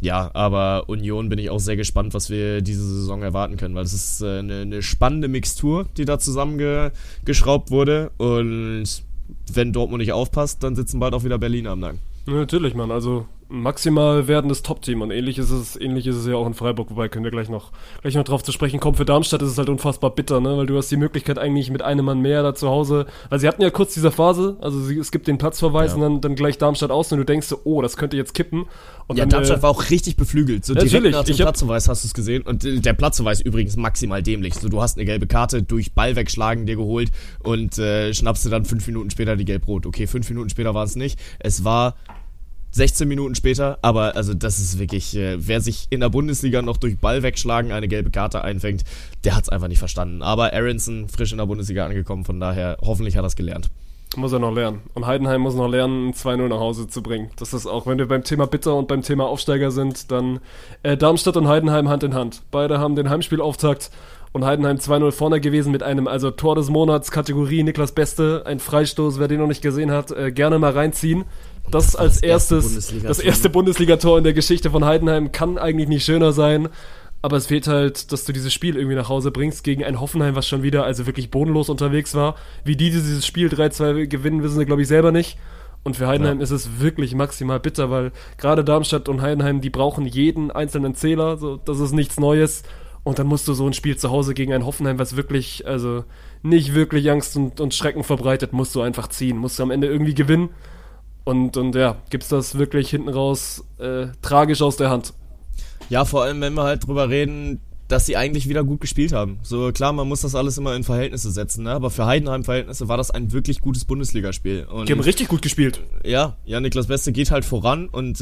Ja, aber Union bin ich auch sehr gespannt, was wir diese Saison erwarten können, weil es ist eine spannende Mixtur, die da zusammengeschraubt wurde, und wenn Dortmund nicht aufpasst, dann sitzen bald auch wieder Berliner am Nacken. Ja, natürlich, Mann, also maximal werdendes Top-Team, und ähnlich ist es ja auch in Freiburg, wobei können wir gleich noch drauf zu sprechen kommen. Für Darmstadt ist es halt unfassbar bitter, ne, weil du hast die Möglichkeit eigentlich mit einem Mann mehr da zu Hause, weil sie hatten ja kurz diese Phase, also es gibt den Platzverweis und dann gleich Darmstadt aus, und du denkst so, oh, das könnte jetzt kippen. Und ja, Darmstadt war auch richtig beflügelt, so direkt nach dem Platzverweis hast du es gesehen, und der Platzverweis übrigens maximal dämlich, so du hast eine gelbe Karte durch Ball wegschlagen dir geholt und schnappst du dann 5 Minuten später die Gelb-Rot. Okay, 5 Minuten später war es nicht, es war 16 Minuten später, aber also das ist wirklich, wer sich in der Bundesliga noch durch Ball wegschlagen eine gelbe Karte einfängt, der hat es einfach nicht verstanden. Aber Aronson frisch in der Bundesliga angekommen, von daher hoffentlich hat er es gelernt. Muss er noch lernen. Und Heidenheim muss noch lernen, 2-0 nach Hause zu bringen. Das ist auch, wenn wir beim Thema Bitter und beim Thema Aufsteiger sind, dann Darmstadt und Heidenheim Hand in Hand. Beide haben den Heimspielauftakt und Heidenheim 2-0 vorne gewesen mit einem, also Tor des Monats, Kategorie Niklas Beste, ein Freistoß, wer den noch nicht gesehen hat, gerne mal reinziehen. Das als das erste Bundesligator in der Geschichte von Heidenheim kann eigentlich nicht schöner sein, aber es fehlt halt, dass du dieses Spiel irgendwie nach Hause bringst gegen ein Hoffenheim, was schon wieder also wirklich bodenlos unterwegs war. Wie die dieses Spiel 3-2 gewinnen, wissen sie, glaube ich, selber nicht. Und für Heidenheim ist es wirklich maximal bitter, weil gerade Darmstadt und Heidenheim, die brauchen jeden einzelnen Zähler, so, das ist nichts Neues. Und dann musst du so ein Spiel zu Hause gegen ein Hoffenheim, was wirklich, also nicht wirklich Angst und Schrecken verbreitet, musst du einfach ziehen, musst du am Ende irgendwie gewinnen. Und ja, gibt's das wirklich hinten raus tragisch aus der Hand. Ja, vor allem, wenn wir halt drüber reden, dass sie eigentlich wieder gut gespielt haben. So klar, man muss das alles immer in Verhältnnisse setzen, ne? Aber für Heidenheim-Verhältnisse war das ein wirklich gutes Bundesligaspiel. Und die haben richtig gut gespielt. Ja, Niklas Beste geht halt voran und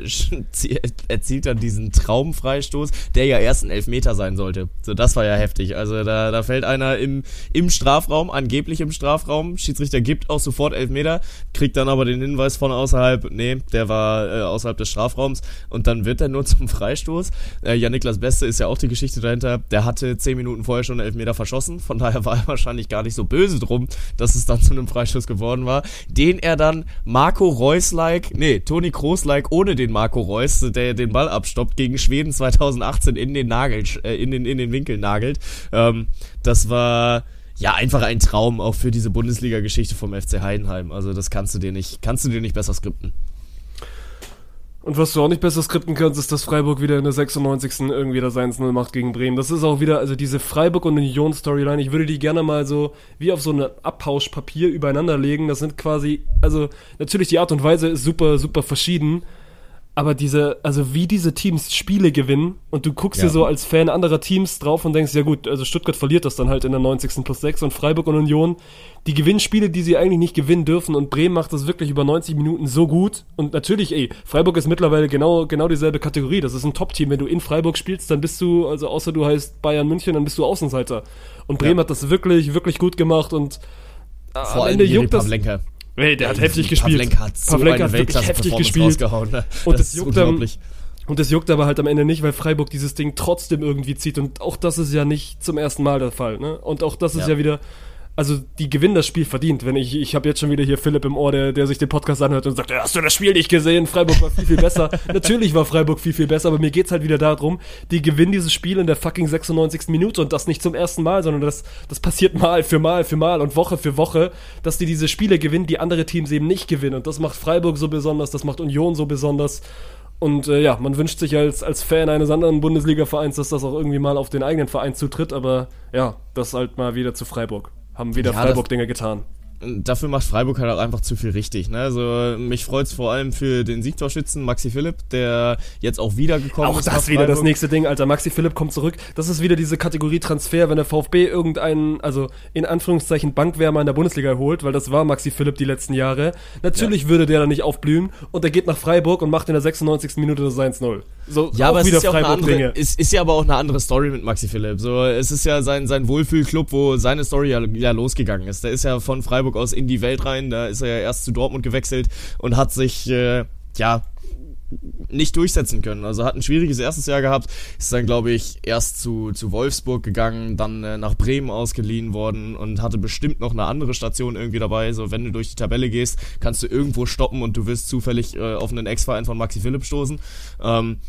erzielt dann diesen Traumfreistoß, der ja erst ein Elfmeter sein sollte. So, das war ja heftig. Also da fällt einer im Strafraum, angeblich im Strafraum, Schiedsrichter gibt auch sofort Elfmeter, kriegt dann aber den Hinweis von außerhalb, nee, der war außerhalb des Strafraums, und dann wird er nur zum Freistoß. Niklas Beste ist ja auch die Geschichte dahinter, der hatte 10 Minuten vorher schon einen Elfmeter verschossen, von daher war er wahrscheinlich gar nicht so böse drum, dass es dann zu einem Freistoß geworden war, den er dann Toni Kroos-like ohne den Marco Reus, der den Ball abstoppt, gegen Schweden 2018 in den Winkel nagelt. Das war ja einfach ein Traum, auch für diese Bundesliga-Geschichte vom FC Heidenheim. Also das kannst du dir nicht besser skripten. Und was du auch nicht besser skripten kannst, ist, dass Freiburg wieder in der 96. irgendwie das 1-0 macht gegen Bremen. Das ist auch wieder, also diese Freiburg- und Union-Storyline, ich würde die gerne mal so wie auf so ein Abpauschpapier übereinander legen. Das sind quasi, also natürlich die Art und Weise ist super, super verschieden, aber wie diese Teams Spiele gewinnen, und du guckst dir so als Fan anderer Teams drauf und denkst, ja gut, also Stuttgart verliert das dann halt in der 90. plus 6 und Freiburg und Union, die gewinnen Spiele, die sie eigentlich nicht gewinnen dürfen, und Bremen macht das wirklich über 90 Minuten so gut. Und natürlich, Freiburg ist mittlerweile genau dieselbe Kategorie, das ist ein Top-Team. Wenn du in Freiburg spielst, dann bist du, also außer du heißt Bayern München, dann bist du Außenseiter. Und Bremen hat das wirklich, wirklich gut gemacht, und vor allem juckt das. Der hat heftig gespielt. Pavlenka hat wirklich heftig gespielt. Ne? Und das juckt aber halt am Ende nicht, weil Freiburg dieses Ding trotzdem irgendwie zieht. Und auch das ist ja nicht zum ersten Mal der Fall. Ne? Und auch das ist ja wieder, also die gewinnen das Spiel verdient. Wenn ich habe jetzt schon wieder hier Philipp im Ohr, der sich den Podcast anhört und sagt, hast du das Spiel nicht gesehen? Freiburg war viel, viel besser. Natürlich war Freiburg viel, viel besser, aber mir geht's halt wieder darum, die gewinnen dieses Spiel in der fucking 96. Minute, und das nicht zum ersten Mal, sondern das passiert Mal für Mal für Mal und Woche für Woche, dass die diese Spiele gewinnen, die andere Teams eben nicht gewinnen. Und das macht Freiburg so besonders, das macht Union so besonders. Und man wünscht sich als Fan eines anderen Bundesliga-Vereins, dass das auch irgendwie mal auf den eigenen Verein zutritt, aber ja, das halt mal wieder zu Freiburg. Haben wieder Freiburg-Dinge getan. Dafür macht Freiburg halt auch einfach zu viel richtig. Ne? Also mich freut's vor allem für den Siegtorschützen Maxi Philipp, der jetzt auch wiedergekommen ist. Auch das wieder das nächste Ding, Alter. Maxi Philipp kommt zurück. Das ist wieder diese Kategorie Transfer, wenn der VfB irgendeinen, also in Anführungszeichen Bankwärmer in der Bundesliga holt, weil das war Maxi Philipp die letzten Jahre. Natürlich würde der da nicht aufblühen, und er geht nach Freiburg und macht in der 96. Minute das 1-0. So, ja, aber wieder es ist ja ist ja aber auch eine andere Story mit Maxi Philipp. So, es ist ja sein Wohlfühlclub, wo seine Story ja losgegangen ist. Der ist ja von Freiburg aus in die Welt rein, da ist er ja erst zu Dortmund gewechselt und hat sich, nicht durchsetzen können. Also hat ein schwieriges erstes Jahr gehabt, ist dann, glaube ich, erst zu Wolfsburg gegangen, dann nach Bremen ausgeliehen worden und hatte bestimmt noch eine andere Station irgendwie dabei. So, wenn du durch die Tabelle gehst, kannst du irgendwo stoppen und du wirst zufällig auf einen Ex-Verein von Maxi Philipp stoßen.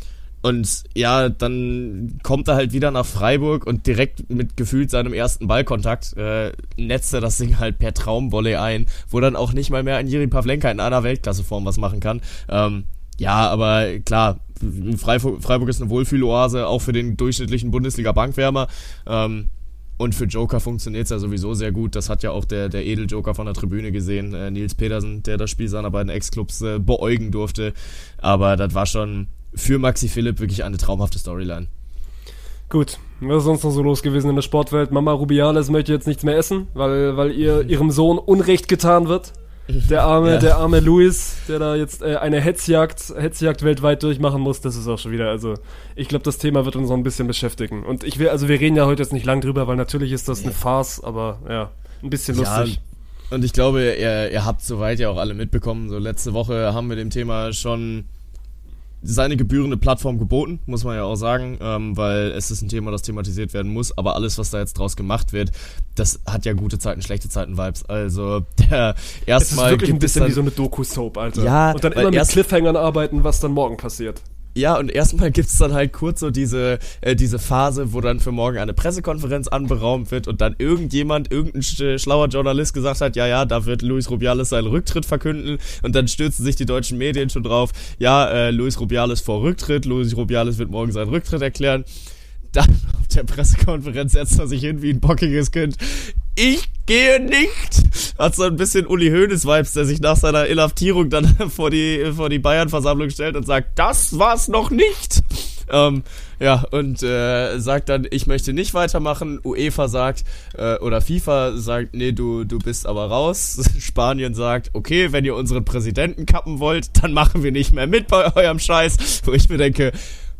Und ja, dann kommt er halt wieder nach Freiburg und direkt mit gefühlt seinem ersten Ballkontakt netzt er das Ding halt per Traumvolley ein, wo dann auch nicht mal mehr ein Jiri Pavlenka in einer Weltklasseform was machen kann. Ja, aber klar, Freiburg ist eine Wohlfühloase, auch für den durchschnittlichen Bundesliga-Bankwärmer. Und für Joker funktioniert es ja sowieso sehr gut. Das hat ja auch der Edeljoker von der Tribüne gesehen, Nils Pedersen, der das Spiel seiner beiden Ex-Clubs beäugen durfte. Aber das war schon für Maxi Philipp wirklich eine traumhafte Storyline. Gut, was ist sonst noch so los gewesen in der Sportwelt? Mama Rubiales möchte jetzt nichts mehr essen, weil ihrem Sohn Unrecht getan wird. Der arme Luis, der da jetzt eine Hetzjagd weltweit durchmachen muss, das ist auch schon wieder, also ich glaube, das Thema wird uns noch ein bisschen beschäftigen. Und wir reden ja heute jetzt nicht lang drüber, weil natürlich ist das eine Farce, aber ja, ein bisschen lustig. Ja, und ich glaube, ihr habt soweit ja auch alle mitbekommen, so letzte Woche haben wir dem Thema schon seine gebührende Plattform geboten, muss man ja auch sagen, weil es ist ein Thema, das thematisiert werden muss, aber alles, was da jetzt draus gemacht wird, das hat ja gute Zeiten, schlechte Zeiten-Vibes, also erstmal es ist wirklich ein bisschen wie so eine Doku-Soap, Alter. Ja, und dann immer mit Cliffhangern arbeiten, was dann morgen passiert. Ja, und erstmal gibt's dann halt kurz so diese Phase, wo dann für morgen eine Pressekonferenz anberaumt wird und dann irgendein schlauer Journalist gesagt hat, ja, da wird Luis Rubiales seinen Rücktritt verkünden und dann stürzen sich die deutschen Medien schon drauf, Luis Rubiales vor Rücktritt, Luis Rubiales wird morgen seinen Rücktritt erklären. Dann auf der Pressekonferenz setzt er sich hin wie ein bockiges Kind. Ich gehe nicht! Hat so ein bisschen Uli Hoeneß-Vibes, der sich nach seiner Inhaftierung dann vor die Bayern-Versammlung stellt und sagt, das war's noch nicht! Sagt dann, ich möchte nicht weitermachen. UEFA sagt, oder FIFA sagt, nee, du bist aber raus. Spanien sagt, okay, wenn ihr unseren Präsidenten kappen wollt, dann machen wir nicht mehr mit bei eurem Scheiß. Wo ich mir denke,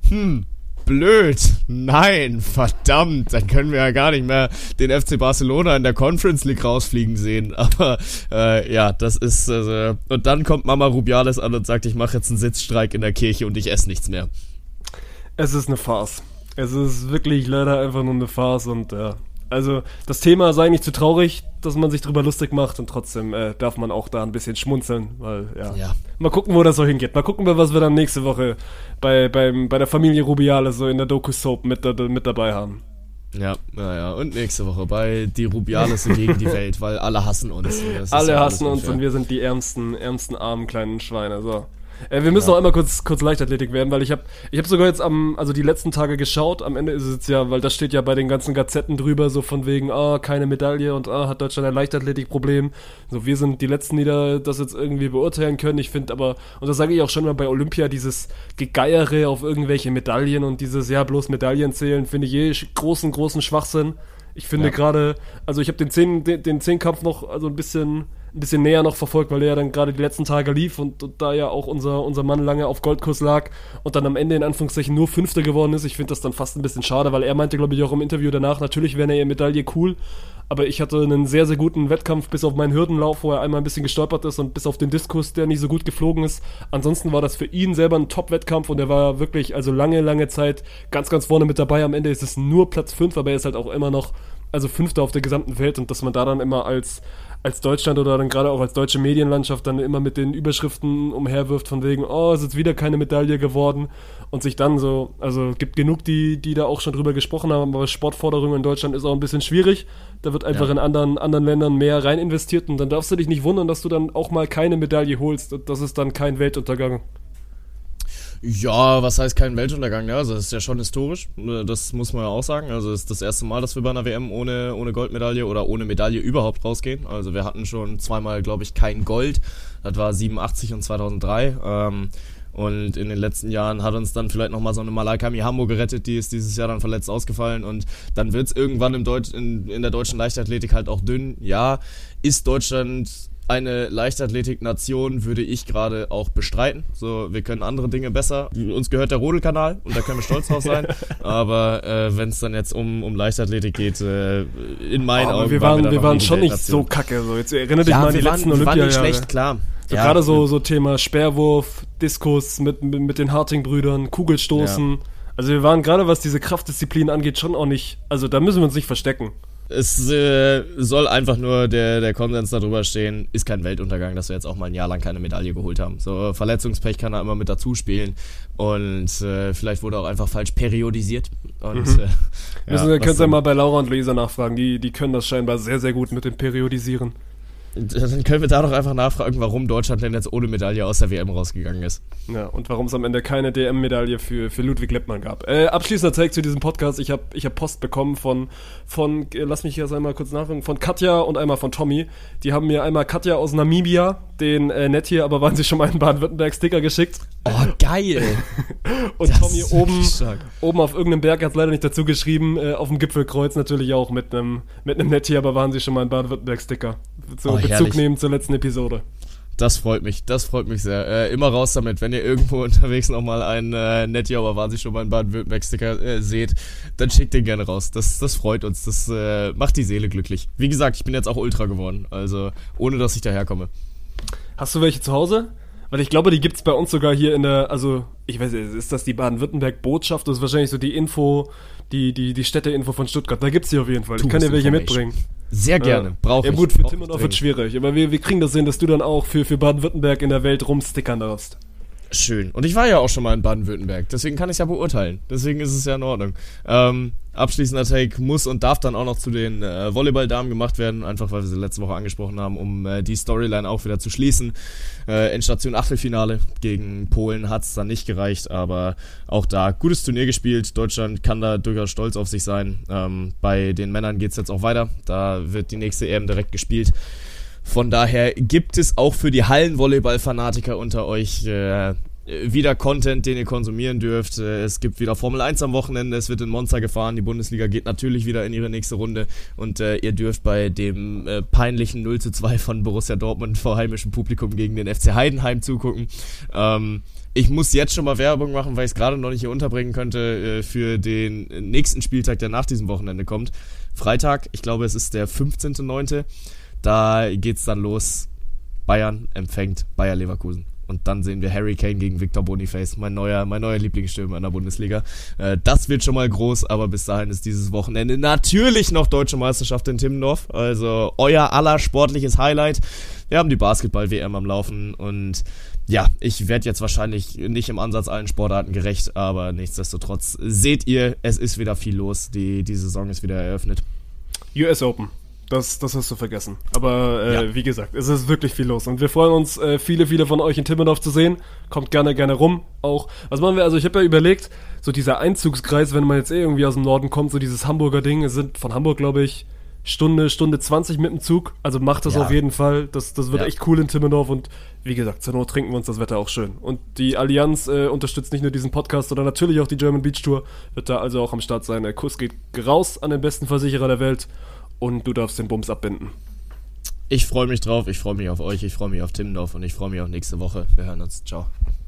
blöd, nein, verdammt, dann können wir ja gar nicht mehr den FC Barcelona in der Conference League rausfliegen sehen, aber das ist, und dann kommt Mama Rubiales an und sagt, ich mache jetzt einen Sitzstreik in der Kirche und ich esse nichts mehr. Es ist eine Farce. Es ist wirklich leider einfach nur eine Farce und also das Thema sei nicht zu traurig, dass man sich drüber lustig macht und trotzdem darf man auch da ein bisschen schmunzeln, weil mal gucken, wo das so hingeht. Mal gucken, was wir dann nächste Woche bei der Familie Rubiales so in der Doku-Soap mit dabei haben. Ja, und nächste Woche bei die Rubiales gegen die Welt, weil alle hassen uns. Alle hassen uns und wir sind die ärmsten armen kleinen Schweine, so. Wir müssen noch einmal kurz Leichtathletik werden, weil ich hab sogar jetzt die letzten Tage geschaut, am Ende ist es ja, weil das steht ja bei den ganzen Gazetten drüber, so von wegen, keine Medaille und hat Deutschland ein Leichtathletikproblem. So, wir sind die Letzten, die da das jetzt irgendwie beurteilen können. Ich finde aber, und das sage ich auch schon mal bei Olympia, dieses Gegeiere auf irgendwelche Medaillen und dieses, bloß Medaillen zählen, finde ich großen Schwachsinn. Ich finde gerade, also ich habe den Zehnkampf noch ein bisschen näher noch verfolgt, weil der ja dann gerade die letzten Tage lief und da ja auch unser Mann lange auf Goldkurs lag und dann am Ende in Anführungszeichen nur Fünfter geworden ist. Ich finde das dann fast ein bisschen schade, weil er meinte, glaube ich, auch im Interview danach, natürlich wäre eine Medaille cool, aber ich hatte einen sehr, sehr guten Wettkampf, bis auf meinen Hürdenlauf, wo er einmal ein bisschen gestolpert ist und bis auf den Diskus, der nicht so gut geflogen ist. Ansonsten war das für ihn selber ein Top-Wettkampf und er war wirklich, also lange Zeit ganz, ganz vorne mit dabei. Am Ende ist es nur Platz 5, aber er ist halt auch immer noch, also Fünfter auf der gesamten Welt und dass man da dann immer als Deutschland oder dann gerade auch als deutsche Medienlandschaft dann immer mit den Überschriften umherwirft von wegen, es ist jetzt wieder keine Medaille geworden und sich dann so, also gibt genug, die da auch schon drüber gesprochen haben, aber Sportforderung in Deutschland ist auch ein bisschen schwierig, da wird einfach in anderen Ländern mehr rein investiert und dann darfst du dich nicht wundern, dass du dann auch mal keine Medaille holst und das ist dann kein Weltuntergang. Ja, was heißt kein Weltuntergang? Ja, also das ist ja schon historisch, das muss man ja auch sagen. Also es ist das erste Mal, dass wir bei einer WM ohne Goldmedaille oder ohne Medaille überhaupt rausgehen. Also wir hatten schon zweimal, glaube ich, kein Gold. Das war 87 und 2003. Und in den letzten Jahren hat uns dann vielleicht nochmal so eine Malaika Mihambo gerettet, die ist dieses Jahr dann verletzt ausgefallen. Und dann wird es irgendwann in der deutschen Leichtathletik halt auch dünn. Ja, ist Deutschland eine Leichtathletik-Nation, würde ich gerade auch bestreiten. So, wir können andere Dinge besser. Uns gehört der Rodelkanal und da können wir stolz drauf sein. Aber wenn es dann jetzt um Leichtathletik geht, in meinen Augen wir waren schon nicht so kacke. So, jetzt erinnere dich mal an die letzten Olympiajahre. Wir waren nicht schlecht, klar. So ja, gerade so Thema Speerwurf, Diskus mit den Harting-Brüdern, Kugelstoßen. Ja. Also wir waren gerade, was diese Kraftdisziplin angeht, schon auch nicht, also da müssen wir uns nicht verstecken. es soll einfach nur der Konsens darüber stehen, ist kein Weltuntergang, dass wir jetzt auch mal ein Jahr lang keine Medaille geholt haben. So, Verletzungspech kann da immer mit dazu spielen und vielleicht wurde auch einfach falsch periodisiert. Und, könnt ihr mal bei Laura und Luisa nachfragen, die können das scheinbar sehr, sehr gut mit dem Periodisieren. Dann können wir da doch einfach nachfragen, warum Deutschland denn jetzt ohne Medaille aus der WM rausgegangen ist. Ja, und warum es am Ende keine DM-Medaille für Ludwig Leppmann gab. Abschließender Take zu diesem Podcast. Ich hab Post bekommen von lass mich jetzt einmal kurz nachdenken, von Katja und einmal von Tommy. Die haben mir einmal Katja aus Namibia, den nett hier, aber waren sie schon mal in Baden-Württemberg-Sticker geschickt. Oh, geil! Und das Tommy oben auf irgendeinem Berg, hat es leider nicht dazu geschrieben, auf dem Gipfelkreuz natürlich auch mit einem nett hier, aber waren sie schon mal in Baden-Württemberg-Sticker. Bezug nehmen zur letzten Episode. Das freut mich sehr. Immer raus damit, wenn ihr irgendwo unterwegs nochmal einen Nettie, aber waren Sie schon mal einen Baden-Württemberg-Sticker seht, dann schickt den gerne raus. Das freut uns, das macht die Seele glücklich. Wie gesagt, ich bin jetzt auch Ultra geworden, also ohne, dass ich daherkomme. Hast du welche zu Hause? Weil ich glaube, die gibt's bei uns sogar hier in der, also, ich weiß nicht, ist das die Baden-Württemberg-Botschaft? Das ist wahrscheinlich so die Info, die Städteinfo von Stuttgart. Da gibt's die auf jeden Fall. Ich kann dir welche mitbringen. Sehr gerne, brauche ich. Ja gut, für Timmendorf wird schwierig, aber wir kriegen das hin, dass du dann auch für Baden-Württemberg in der Welt rumstickern darfst. Schön. Und ich war ja auch schon mal in Baden-Württemberg, deswegen kann ich es ja beurteilen. Deswegen ist es ja in Ordnung. Abschließender Take muss und darf dann auch noch zu den Volleyball-Damen gemacht werden, einfach weil wir sie letzte Woche angesprochen haben, um die Storyline auch wieder zu schließen. Endstation Achtelfinale gegen Polen hat es dann nicht gereicht, aber auch da gutes Turnier gespielt. Deutschland kann da durchaus stolz auf sich sein. Bei den Männern geht es jetzt auch weiter. Da wird die nächste EM direkt gespielt. Von daher gibt es auch für die Hallenvolleyball-Fanatiker unter euch wieder Content, den ihr konsumieren dürft. Es gibt wieder Formel 1 am Wochenende, es wird in Monza gefahren, die Bundesliga geht natürlich wieder in ihre nächste Runde und ihr dürft bei dem peinlichen 0:2 von Borussia Dortmund vor heimischem Publikum gegen den FC Heidenheim zugucken. Ich muss jetzt schon mal Werbung machen, weil ich es gerade noch nicht hier unterbringen könnte, für den nächsten Spieltag, der nach diesem Wochenende kommt. Freitag, ich glaube es ist der 15.9., da geht's dann los. Bayern empfängt Bayer Leverkusen. Und dann sehen wir Harry Kane gegen Victor Boniface, mein neuer Lieblingsstürmer in der Bundesliga. Das wird schon mal groß, aber bis dahin ist dieses Wochenende natürlich noch Deutsche Meisterschaft in Timmendorf. Also euer aller sportliches Highlight. Wir haben die Basketball-WM am Laufen und ja, ich werde jetzt wahrscheinlich nicht im Ansatz allen Sportarten gerecht, aber nichtsdestotrotz seht ihr, es ist wieder viel los. Die Saison ist wieder eröffnet. US Open. Das hast du vergessen. Aber wie gesagt, es ist wirklich viel los. Und wir freuen uns, viele von euch in Timmendorf zu sehen. Kommt gerne rum. Auch, was machen wir? Also ich habe ja überlegt, so dieser Einzugskreis, wenn man jetzt irgendwie aus dem Norden kommt, so dieses Hamburger Ding, es sind von Hamburg, glaube ich, Stunde 20 mit dem Zug. Also macht das auf jeden Fall. Das wird echt cool in Timmendorf. Und wie gesagt, zur Not trinken wir uns das Wetter auch schön. Und die Allianz unterstützt nicht nur diesen Podcast, sondern natürlich auch die German Beach Tour. Wird da also auch am Start sein. Der Kuss geht raus an den besten Versicherer der Welt. Und du darfst den Bums abbinden. Ich freue mich drauf, ich freue mich auf euch, ich freue mich auf Timmendorf und ich freue mich auf nächste Woche. Wir hören uns. Ciao.